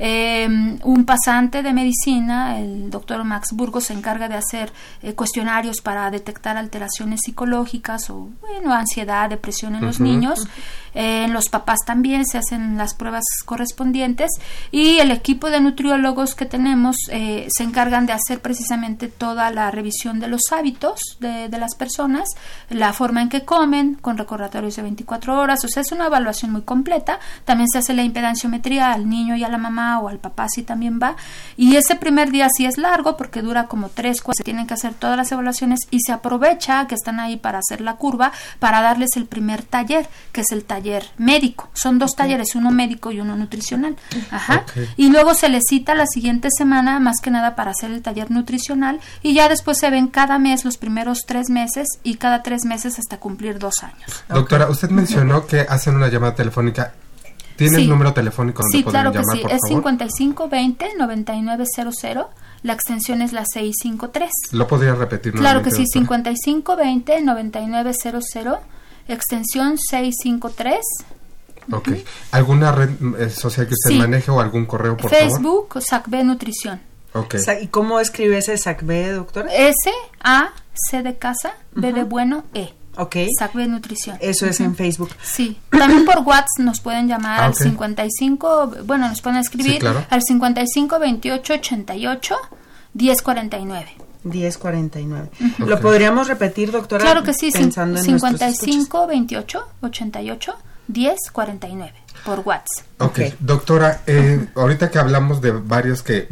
Un pasante de medicina, el doctor Max Burgos, se encarga de hacer cuestionarios para detectar alteraciones psicológicas o, bueno, ansiedad, depresión en los niños. En los papás también se hacen las pruebas correspondientes, y el equipo de nutriólogos que tenemos se encargan de hacer precisamente toda la revisión de los hábitos de las personas, la forma en que comen, con recordatorios de 24 horas, o sea, es una evaluación muy completa. También se hace la impedanciometría al niño y a la mamá, o al papá si también va, y ese primer día sí es largo porque dura como 3-4, se tienen que hacer todas las evaluaciones y se aprovecha que están ahí para hacer la curva, para darles el primer taller, que es el taller médico. Son 2 talleres, uno médico y uno nutricional. Ajá. Okay. Y luego se les cita la siguiente semana, más que nada para hacer el taller nutricional, y ya después se ven cada mes los primeros 3 meses y cada 3 meses hasta cumplir 2 años. Doctora, usted mencionó que hacen una llamada telefónica. ¿Tiene el número telefónico donde pueden llamar, claro que sí, por es favor? 5520-9900, la extensión es la 653. ¿Lo podría repetir Claro que nuevamente, sí, doctora? 5520-9900, extensión 653. Ok. ¿Alguna red social que usted Sí. maneje o algún correo, por favor? Facebook, SACB Nutrición. Ok. ¿Y cómo escribe ese SACB, doctora? S-A-C de casa, B de bueno, E. Ok. SACB Nutrición. Eso es en Facebook. Sí, también por WhatsApp nos pueden llamar al ok. 55, bueno, nos pueden escribir Sí, claro. al 55 28 88 1049. 1049. Ok. ¿Lo podríamos repetir, doctora? Claro que sí, Pensando en nuestros escuchas. 55 28 88 1049 por WhatsApp. Ok, Ok. doctora, ahorita que hablamos de varios que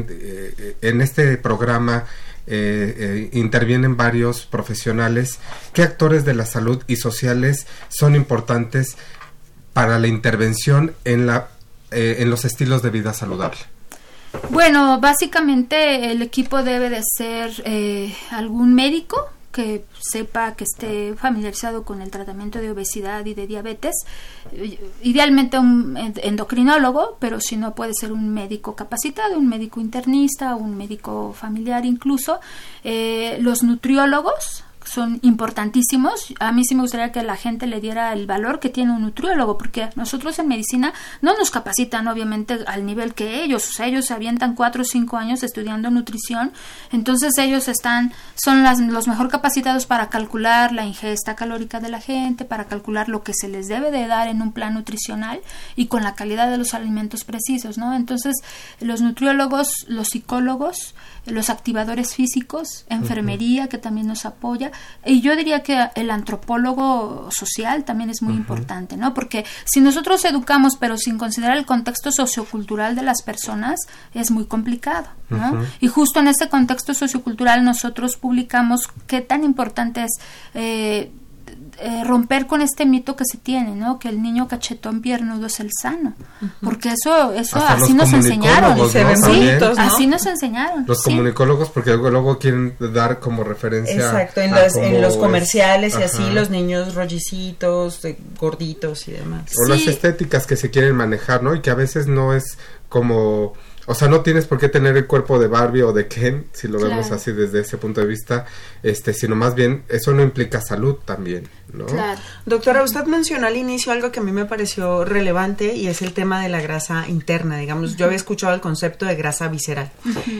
en este programa intervienen varios profesionales, ¿qué actores de la salud y sociales son importantes para la intervención en los estilos de vida saludable? Bueno, básicamente el equipo debe de ser algún médico que sepa, que esté familiarizado con el tratamiento de obesidad y de diabetes, idealmente un endocrinólogo, pero si no, puede ser un médico capacitado, un médico internista, un médico familiar incluso. Los nutriólogos son importantísimos. A mí sí me gustaría que la gente le diera el valor que tiene un nutriólogo, porque nosotros en medicina no nos capacitan obviamente al nivel que ellos, o sea, ellos se avientan 4 o 5 años estudiando nutrición, entonces ellos son los mejor capacitados para calcular la ingesta calórica de la gente, para calcular lo que se les debe de dar en un plan nutricional y con la calidad de los alimentos precisos, ¿no? Entonces, los nutriólogos, los psicólogos, los activadores físicos, enfermería que también nos apoya, y yo diría que el antropólogo social también es muy importante, ¿no? Porque si nosotros educamos pero sin considerar el contexto sociocultural de las personas, es muy complicado, ¿no? Y justo en este contexto sociocultural nosotros publicamos qué tan importante es romper con este mito que se tiene, ¿no? Que el niño cachetón piernudo es el sano, porque eso así nos enseñaron, ¿no? sí, También. así nos enseñaron. Los comunicólogos, porque luego quieren dar como referencia. Exacto, en los comerciales y así los niños rollicitos, gorditos y demás. O las estéticas que se quieren manejar, ¿no? Y que a veces no es como... O sea, no tienes por qué tener el cuerpo de Barbie o de Ken, si lo vemos así desde ese punto de vista, sino más bien eso no implica salud también, ¿no? Claro. Doctora, usted mencionó al inicio algo que a mí me pareció relevante y es el tema de la grasa interna, digamos. Yo había escuchado el concepto de grasa visceral.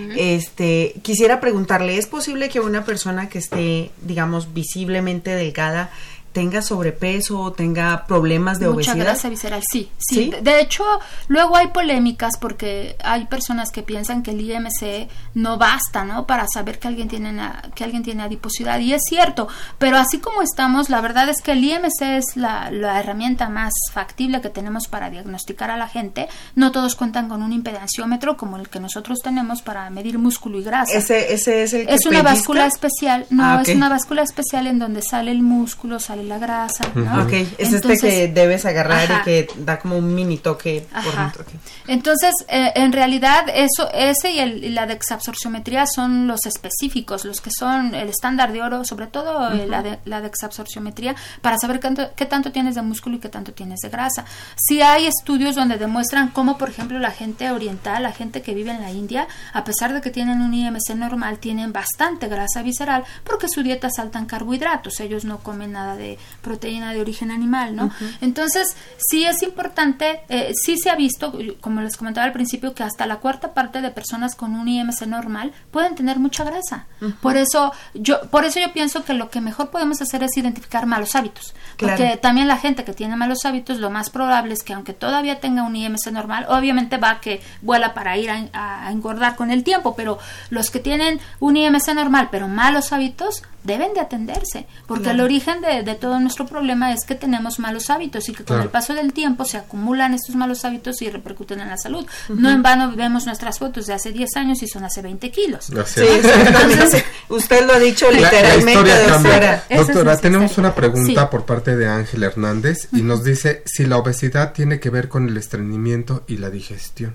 Quisiera preguntarle, ¿es posible que una persona que esté, digamos, visiblemente delgada tenga sobrepeso o tenga problemas de obesidad? Mucha grasa visceral, sí. De hecho, luego hay polémicas porque hay personas que piensan que el IMC no basta, ¿no? Para saber que alguien tiene adiposidad, y es cierto, pero así como estamos, la verdad es que el IMC es la herramienta más factible que tenemos para diagnosticar a la gente. No todos cuentan con un impedanciómetro como el que nosotros tenemos para medir músculo y grasa. Ese es el que es una báscula especial, es una báscula especial en donde sale el músculo, sale la grasa, ¿no? Es entonces, que debes agarrar y que da como un mini toque por dentro. Entonces, en realidad, ese y la dexabsorciometría son los específicos, los que son el estándar de oro, sobre todo la dexabsorciometría, para saber qué tanto tienes de músculo y qué tanto tienes de grasa. Sí hay estudios donde demuestran cómo, por ejemplo, la gente oriental, la gente que vive en la India, a pesar de que tienen un IMC normal, tienen bastante grasa visceral, porque su dieta es alta en carbohidratos, ellos no comen nada de proteína de origen animal, ¿no? Entonces, sí es importante, sí se ha visto, como les comentaba al principio, que hasta la 1/4 de personas con un IMC normal pueden tener mucha grasa. Por eso yo pienso que lo que mejor podemos hacer es identificar malos hábitos, porque también la gente que tiene malos hábitos, lo más probable es que aunque todavía tenga un IMC normal, obviamente vuela para ir a engordar con el tiempo, pero los que tienen un IMC normal pero malos hábitos deben de atenderse, porque el origen de todo nuestro problema es que tenemos malos hábitos y que con el paso del tiempo se acumulan estos malos hábitos y repercuten en la salud. No en vano vemos nuestras fotos de hace 10 años y son hace 20 kilos. Sí, entonces, usted lo ha dicho literalmente, doctora, tenemos una pregunta por parte de Ángel Hernández y nos dice si la obesidad tiene que ver con el estreñimiento y la digestión.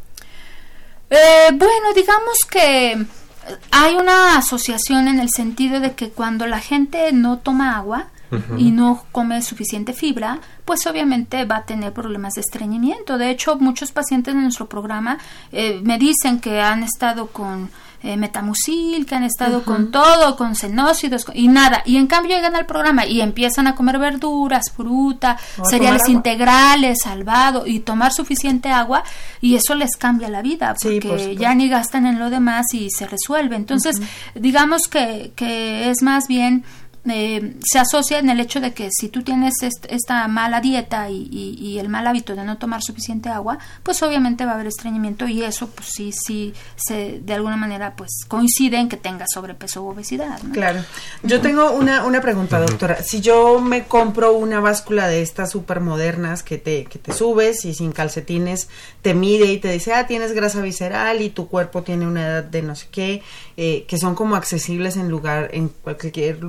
Bueno, digamos que hay una asociación en el sentido de que cuando la gente no toma agua y no come suficiente fibra, pues obviamente va a tener problemas de estreñimiento. De hecho, muchos pacientes de nuestro programa me dicen que han estado con metamucil, que han estado con todo, con xenócidos y nada, y en cambio llegan al programa y empiezan a comer verduras, fruta, cereales integrales, salvado y tomar suficiente agua, y eso les cambia la vida porque ya ni gastan en lo demás y se resuelve. Entonces, digamos que es más bien se asocia en el hecho de que si tú tienes esta mala dieta y el mal hábito de no tomar suficiente agua, pues obviamente va a haber estreñimiento, y eso pues sí se de alguna manera pues coincide en que tengas sobrepeso u obesidad, ¿no? Claro. Yo tengo una pregunta, doctora. Si yo me compro una báscula de estas súper modernas que te subes y sin calcetines te mide y te dice, tienes grasa visceral y tu cuerpo tiene una edad de no sé qué, que son como accesibles en cualquier lugar comercial,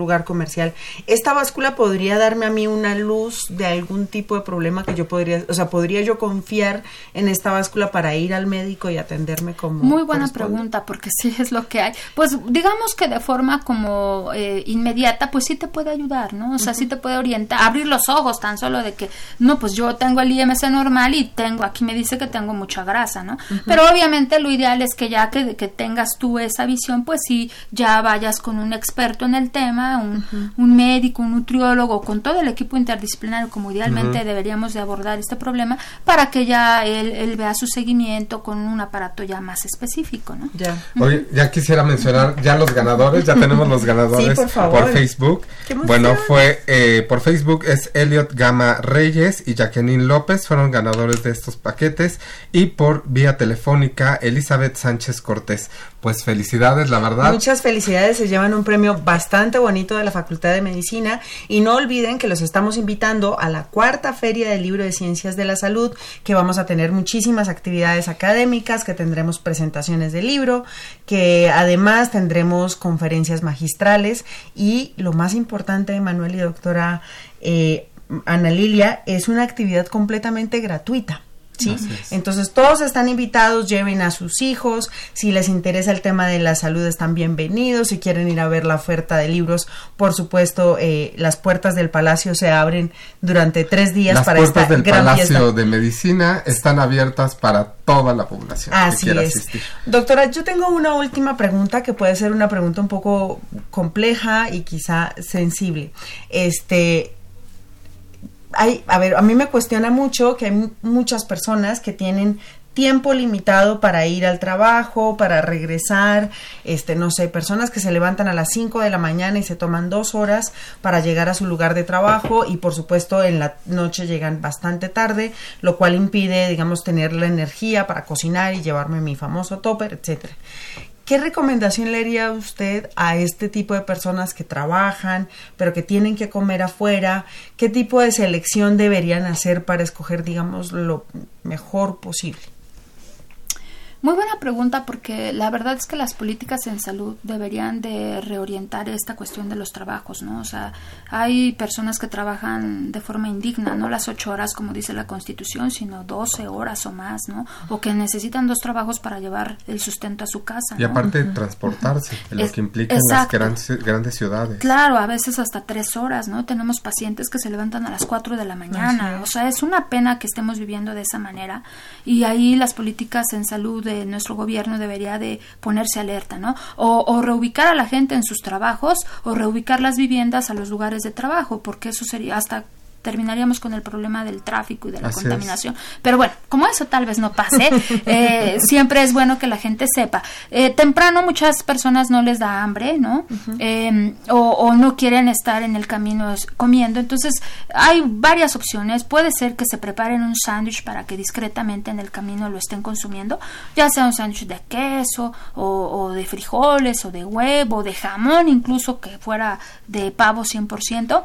comercial, ¿esta báscula podría darme a mí una luz de algún tipo de problema que yo podría, o sea, podría yo confiar en esta báscula para ir al médico y atenderme como muy buena pregunta, porque sí es lo que hay. Pues digamos que de forma como inmediata, pues sí te puede ayudar, ¿no? O sea, sí te puede orientar, abrir los ojos tan solo de que, no, pues yo tengo el IMC normal y aquí me dice que tengo mucha grasa, ¿no? Pero obviamente lo ideal es que ya que tengas tú esa visión, pues sí, ya vayas con un experto en el tema, un médico, un nutriólogo, con todo el equipo interdisciplinario, como idealmente deberíamos de abordar este problema, para que ya él vea su seguimiento con un aparato ya más específico, ¿no? Ya. Oye, ya quisiera mencionar ya los ganadores, ya tenemos los ganadores sí, por Facebook. Bueno, fue por Facebook es Elliot Gama Reyes y Jacqueline López, fueron ganadores de estos paquetes, y por vía telefónica Elizabeth Sánchez Cortés. Pues felicidades, la verdad. Muchas felicidades, se llevan un premio bastante bonito de la Facultad de Medicina, y no olviden que los estamos invitando a la 4ª Feria del Libro de Ciencias de la Salud, que vamos a tener muchísimas actividades académicas, que tendremos presentaciones de libro, que además tendremos conferencias magistrales, y lo más importante, Manuel y doctora Ana Lilia, es una actividad completamente gratuita. ¿Sí? Entonces todos están invitados, lleven a sus hijos, si les interesa el tema de la salud están bienvenidos, si quieren ir a ver la oferta de libros, por supuesto, las puertas del Palacio se abren durante 3 días para esta gran fiesta. Las puertas del Palacio de Medicina están abiertas para toda la población que quiera asistir. Doctora, yo tengo una última pregunta que puede ser una pregunta un poco compleja y quizá sensible. A mí me cuestiona mucho que hay muchas personas que tienen tiempo limitado para ir al trabajo, para regresar, no sé, personas que se levantan a las 5 de la mañana y se toman 2 horas para llegar a su lugar de trabajo, y por supuesto en la noche llegan bastante tarde, lo cual impide, digamos, tener la energía para cocinar y llevarme mi famoso tupper, etcétera. ¿Qué recomendación le haría usted a este tipo de personas que trabajan, pero que tienen que comer afuera? ¿Qué tipo de selección deberían hacer para escoger, digamos, lo mejor posible? Muy buena pregunta, porque la verdad es que las políticas en salud deberían de reorientar esta cuestión de los trabajos, ¿no? O sea, hay personas que trabajan de forma indigna, no las 8 horas como dice la Constitución, sino 12 horas o más, ¿no? O que necesitan 2 trabajos para llevar el sustento a su casa, ¿no? Y aparte de transportarse, lo que implica en las grandes ciudades. Claro, a veces hasta 3 horas, ¿no? Tenemos pacientes que se levantan a las 4 de la mañana, o sea, es una pena que estemos viviendo de esa manera, y ahí las políticas en salud de nuestro gobierno debería de ponerse alerta, ¿no? O reubicar a la gente en sus trabajos, o reubicar las viviendas a los lugares de trabajo, porque eso sería hasta terminaríamos con el problema del tráfico y de la contaminación. Pero bueno, como eso tal vez no pase, siempre es bueno que la gente sepa. Temprano muchas personas no les da hambre, ¿no? O no quieren estar en el camino comiendo. Entonces, hay varias opciones. Puede ser que se preparen un sándwich para que discretamente en el camino lo estén consumiendo, ya sea un sándwich de queso, o de frijoles, o de huevo, de jamón, incluso que fuera de pavo 100%.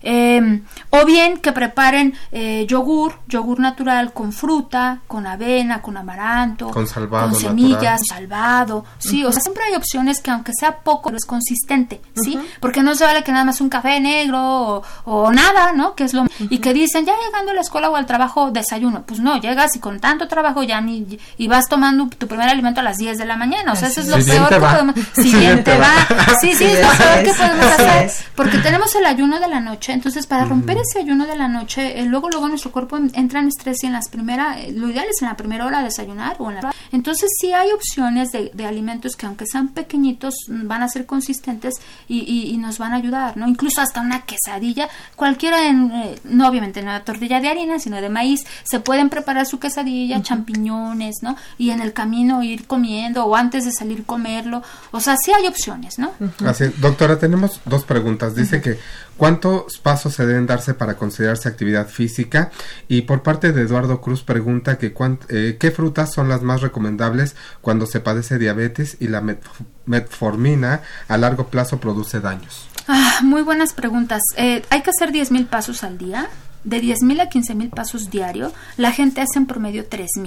O bien que preparen yogur natural con fruta, con avena, con amaranto, con salvado, con semillas, salvado, sí, o sea, siempre hay opciones que aunque sea poco, pero es consistente, ¿sí? Porque no se vale que nada más un café negro o nada, ¿no? Que es lo y que dicen, ya llegando a la escuela o al trabajo desayuno, pues no, llegas y con tanto trabajo ya y vas tomando tu primer alimento a las 10 de la mañana, o sea, eso es lo peor que podemos, siguiente va, sí, es lo peor que podemos hacer, porque tenemos el ayuno de la noche, entonces para romper ese ayuno de la noche, luego nuestro cuerpo entra en estrés, y en lo ideal es en la primera hora desayunar, entonces sí hay opciones de alimentos que aunque sean pequeñitos van a ser consistentes y nos van a ayudar, ¿no? Incluso hasta una quesadilla, cualquiera, no obviamente no una tortilla de harina, sino de maíz, se pueden preparar su quesadilla, champiñones, ¿no? Y en el camino ir comiendo, o antes de salir comerlo, o sea, sí hay opciones, ¿no? Así es. Doctora, tenemos 2 preguntas. Dice que ¿cuántos pasos se deben darse para considerarse actividad física? Y por parte de Eduardo Cruz pregunta que ¿qué frutas son las más recomendables cuando se padece diabetes y la metformina a largo plazo produce daños? Muy buenas preguntas. Hay que hacer 10,000 pasos al día. De 10,000 a 15,000 pasos diario. La gente hace en promedio 3,000.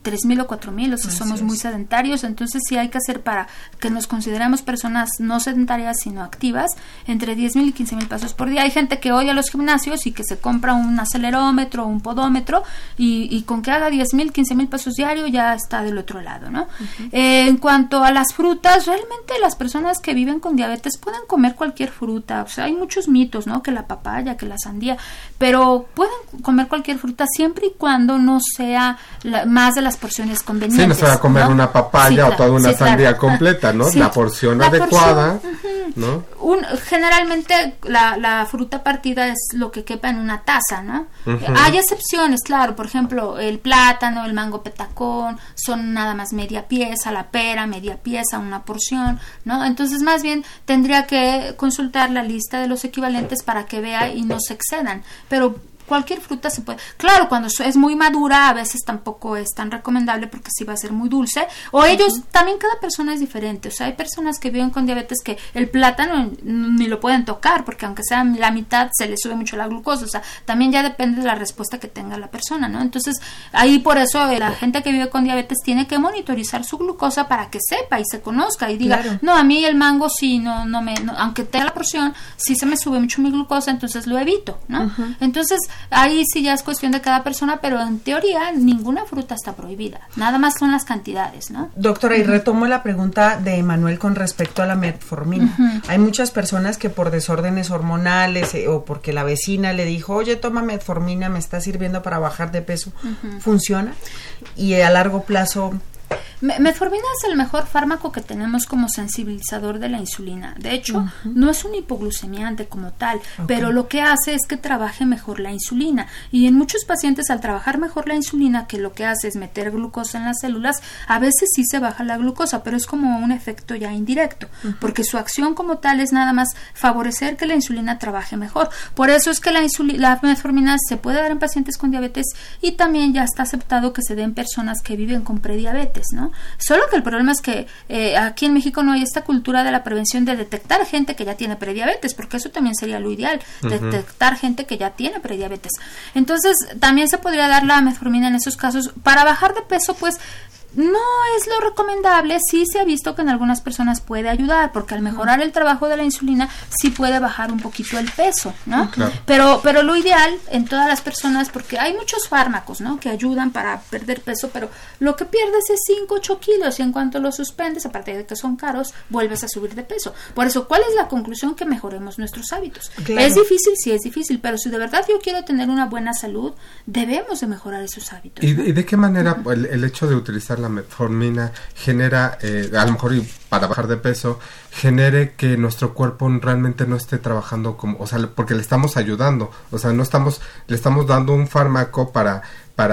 3,000 o 4,000, o sea, somos muy sedentarios, entonces sí hay que hacer, para que nos consideremos personas no sedentarias sino activas, entre 10,000 y 15,000 pasos por día. Hay gente que odia los gimnasios y que se compra un acelerómetro, un podómetro, y con que haga 10,000, 15,000 pasos diarios ya está del otro lado, ¿no? En cuanto a las frutas, realmente las personas que viven con diabetes pueden comer cualquier fruta, o sea, hay muchos mitos, ¿no? Que la papaya, que la sandía, pero pueden comer cualquier fruta siempre y cuando no sea más de las porciones convenientes. Sí, no se va a comer, ¿no?, una papaya o toda una sandía completa, ¿no? Sí, la porción adecuada, ¿no? Generalmente la fruta partida es lo que quepa en una taza, ¿no? Hay excepciones, claro, por ejemplo, el plátano, el mango petacón, son nada más media pieza, la pera, media pieza, una porción, ¿no? Entonces, más bien, tendría que consultar la lista de los equivalentes para que vea y no se excedan, pero cualquier fruta se puede. Claro, cuando es muy madura, a veces tampoco es tan recomendable porque sí va a ser muy dulce. O ellos, también cada persona es diferente. O sea, hay personas que viven con diabetes que el plátano ni lo pueden tocar porque aunque sea la mitad se le sube mucho la glucosa. O sea, también ya depende de la respuesta que tenga la persona, ¿no? Entonces, ahí por eso la gente que vive con diabetes tiene que monitorizar su glucosa para que sepa y se conozca y diga, claro, no, a mí el mango sí, no, aunque tenga la porción, sí se me sube mucho mi glucosa, entonces lo evito, ¿no? Entonces, ahí sí ya es cuestión de cada persona, pero en teoría ninguna fruta está prohibida, nada más son las cantidades, ¿no? Doctora, y retomo la pregunta de Emanuel con respecto a la metformina. Hay muchas personas que por desórdenes hormonales o porque la vecina le dijo, oye, toma metformina, me está sirviendo para bajar de peso, ¿funciona? Y a largo plazo... Metformina es el mejor fármaco que tenemos como sensibilizador de la insulina. De hecho, no es un hipoglucemiante como tal, pero lo que hace es que trabaje mejor la insulina. Y en muchos pacientes, al trabajar mejor la insulina, que lo que hace es meter glucosa en las células, a veces sí se baja la glucosa, pero es como un efecto ya indirecto, porque su acción como tal es nada más favorecer que la insulina trabaje mejor. Por eso es que la metformina se puede dar en pacientes con diabetes y también ya está aceptado que se dé en personas que viven con prediabetes, ¿no? Solo que el problema es que aquí en México no hay esta cultura de la prevención de detectar gente que ya tiene prediabetes, porque eso también sería lo ideal, detectar gente que ya tiene prediabetes. Entonces, también se podría dar la metformina en esos casos. Para bajar de peso, pues, no es lo recomendable. Sí se ha visto que en algunas personas puede ayudar, porque al mejorar el trabajo de la insulina sí puede bajar un poquito el peso, ¿no? Claro. Pero lo ideal en todas las personas, porque hay muchos fármacos, ¿no?, que ayudan para perder peso, pero lo que pierdes es 5, 8 kilos y en cuanto los suspendes, aparte de que son caros, vuelves a subir de peso. Por eso, ¿cuál es la conclusión? Que mejoremos nuestros hábitos. Claro. Es difícil, sí es difícil, pero si de verdad yo quiero tener una buena salud, debemos de mejorar esos hábitos, ¿no? ¿Y de qué manera el hecho de utilizar la metformina genera, a lo mejor para bajar de peso, genere que nuestro cuerpo realmente no esté trabajando como, o sea, porque le estamos ayudando, o sea, le estamos dando un fármaco para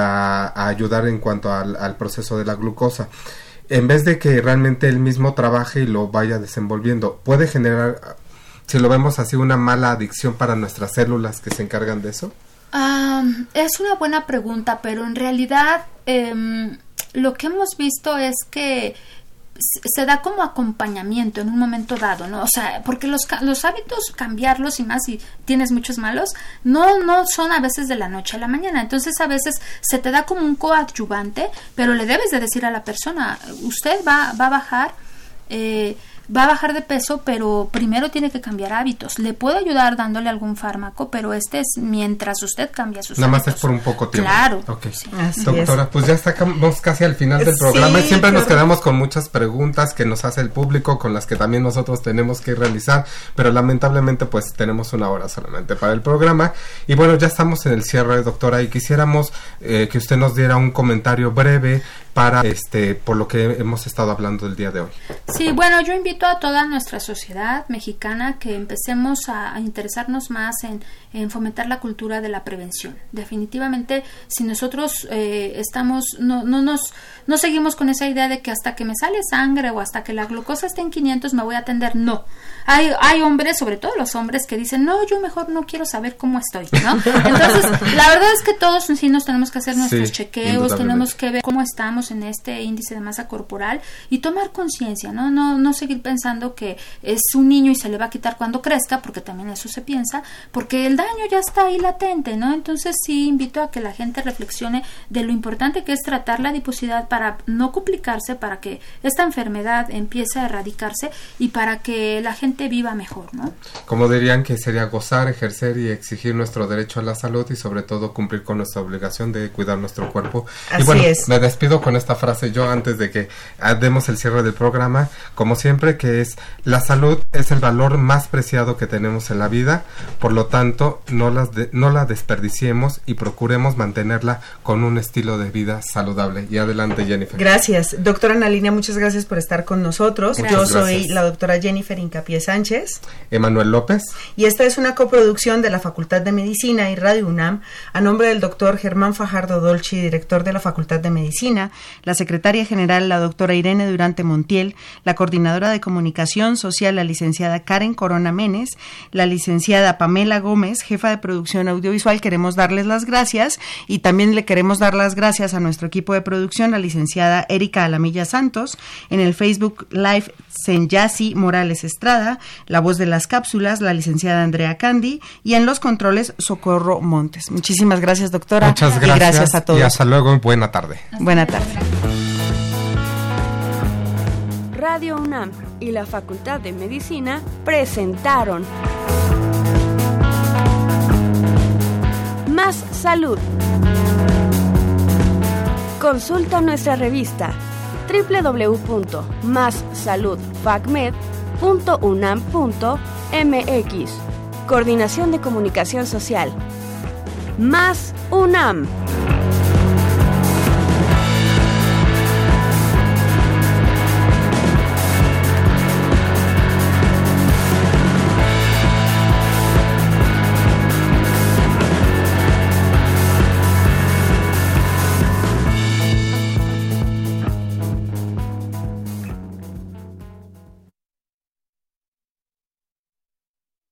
ayudar en cuanto al proceso de la glucosa, en vez de que realmente él mismo trabaje y lo vaya desenvolviendo? ¿Puede generar, si lo vemos así, una mala adicción para nuestras células que se encargan de eso? Es una buena pregunta, pero en realidad lo que hemos visto es que se da como acompañamiento en un momento dado, ¿no? O sea, porque los hábitos, cambiarlos y más si tienes muchos malos, no son a veces de la noche a la mañana. Entonces a veces se te da como un coadyuvante, pero le debes de decir a la persona, usted va a bajar de peso, pero primero tiene que cambiar hábitos. Le puedo ayudar dándole algún fármaco, pero es mientras usted cambia sus hábitos. Nada más es por un poco tiempo. Claro. Okay. Sí. Doctora, pues ya estamos casi al final del programa y siempre nos quedamos con muchas preguntas que nos hace el público, con las que también nosotros tenemos que realizar, pero lamentablemente pues tenemos una hora solamente para el programa. Y bueno, ya estamos en el cierre, doctora, y quisiéramos que usted nos diera un comentario breve para por lo que hemos estado hablando el día de hoy. Sí, bueno, yo invito a toda nuestra sociedad mexicana que empecemos a interesarnos más en fomentar la cultura de la prevención. Definitivamente, si nosotros no seguimos con esa idea de que hasta que me sale sangre o hasta que la glucosa esté en 500 me voy a atender, no. Hay hombres, sobre todo los hombres, que dicen, no, yo mejor no quiero saber cómo estoy, ¿no? Entonces, la verdad es que todos sí nos tenemos que hacer nuestros chequeos, tenemos que ver cómo estamos. estamos en este índice de masa corporal y tomar conciencia, no seguir pensando que es un niño y se le va a quitar cuando crezca, porque también eso se piensa, porque el daño ya está ahí latente, ¿no? Entonces sí invito a que la gente reflexione de lo importante que es tratar la adiposidad para no complicarse, para que esta enfermedad empiece a erradicarse y para que la gente viva mejor, ¿no? Como dirían que sería gozar, ejercer y exigir nuestro derecho a la salud y sobre todo cumplir con nuestra obligación de cuidar nuestro cuerpo. Así y bueno, es. Me despido con esta frase yo antes de que demos el cierre del programa, como siempre, que es: la salud es el valor más preciado que tenemos en la vida, por lo tanto no la desperdiciemos y procuremos mantenerla con un estilo de vida saludable. Y adelante, Jennifer. Gracias. Doctora Ana Línea, muchas gracias por estar con nosotros. Gracias. Yo soy Gracias. la doctora Jennifer Hincapié Sánchez. Emanuel López. Y esta es una coproducción de la Facultad de Medicina y Radio UNAM, a nombre del doctor Germán Fajardo Dolci, director de la Facultad de Medicina, la secretaria general, la doctora Irene Durante Montiel, la coordinadora de comunicación social, la licenciada Karen Corona Menes, la licenciada Pamela Gómez, jefa de producción audiovisual. Queremos darles las gracias y también le queremos dar las gracias a nuestro equipo de producción, la licenciada Erika Alamilla Santos, en el Facebook Live Senyasi Morales Estrada, la voz de las cápsulas, la licenciada Andrea Candy, y en los controles Socorro Montes. Muchísimas gracias, doctora. Muchas gracias. Y gracias a todos. Y hasta luego. Buena tarde. Buena tarde. Radio UNAM y la Facultad de Medicina presentaron Más Salud. Consulta nuestra revista www.massaludfacmed.unam.mx. Coordinación de Comunicación Social. Más UNAM.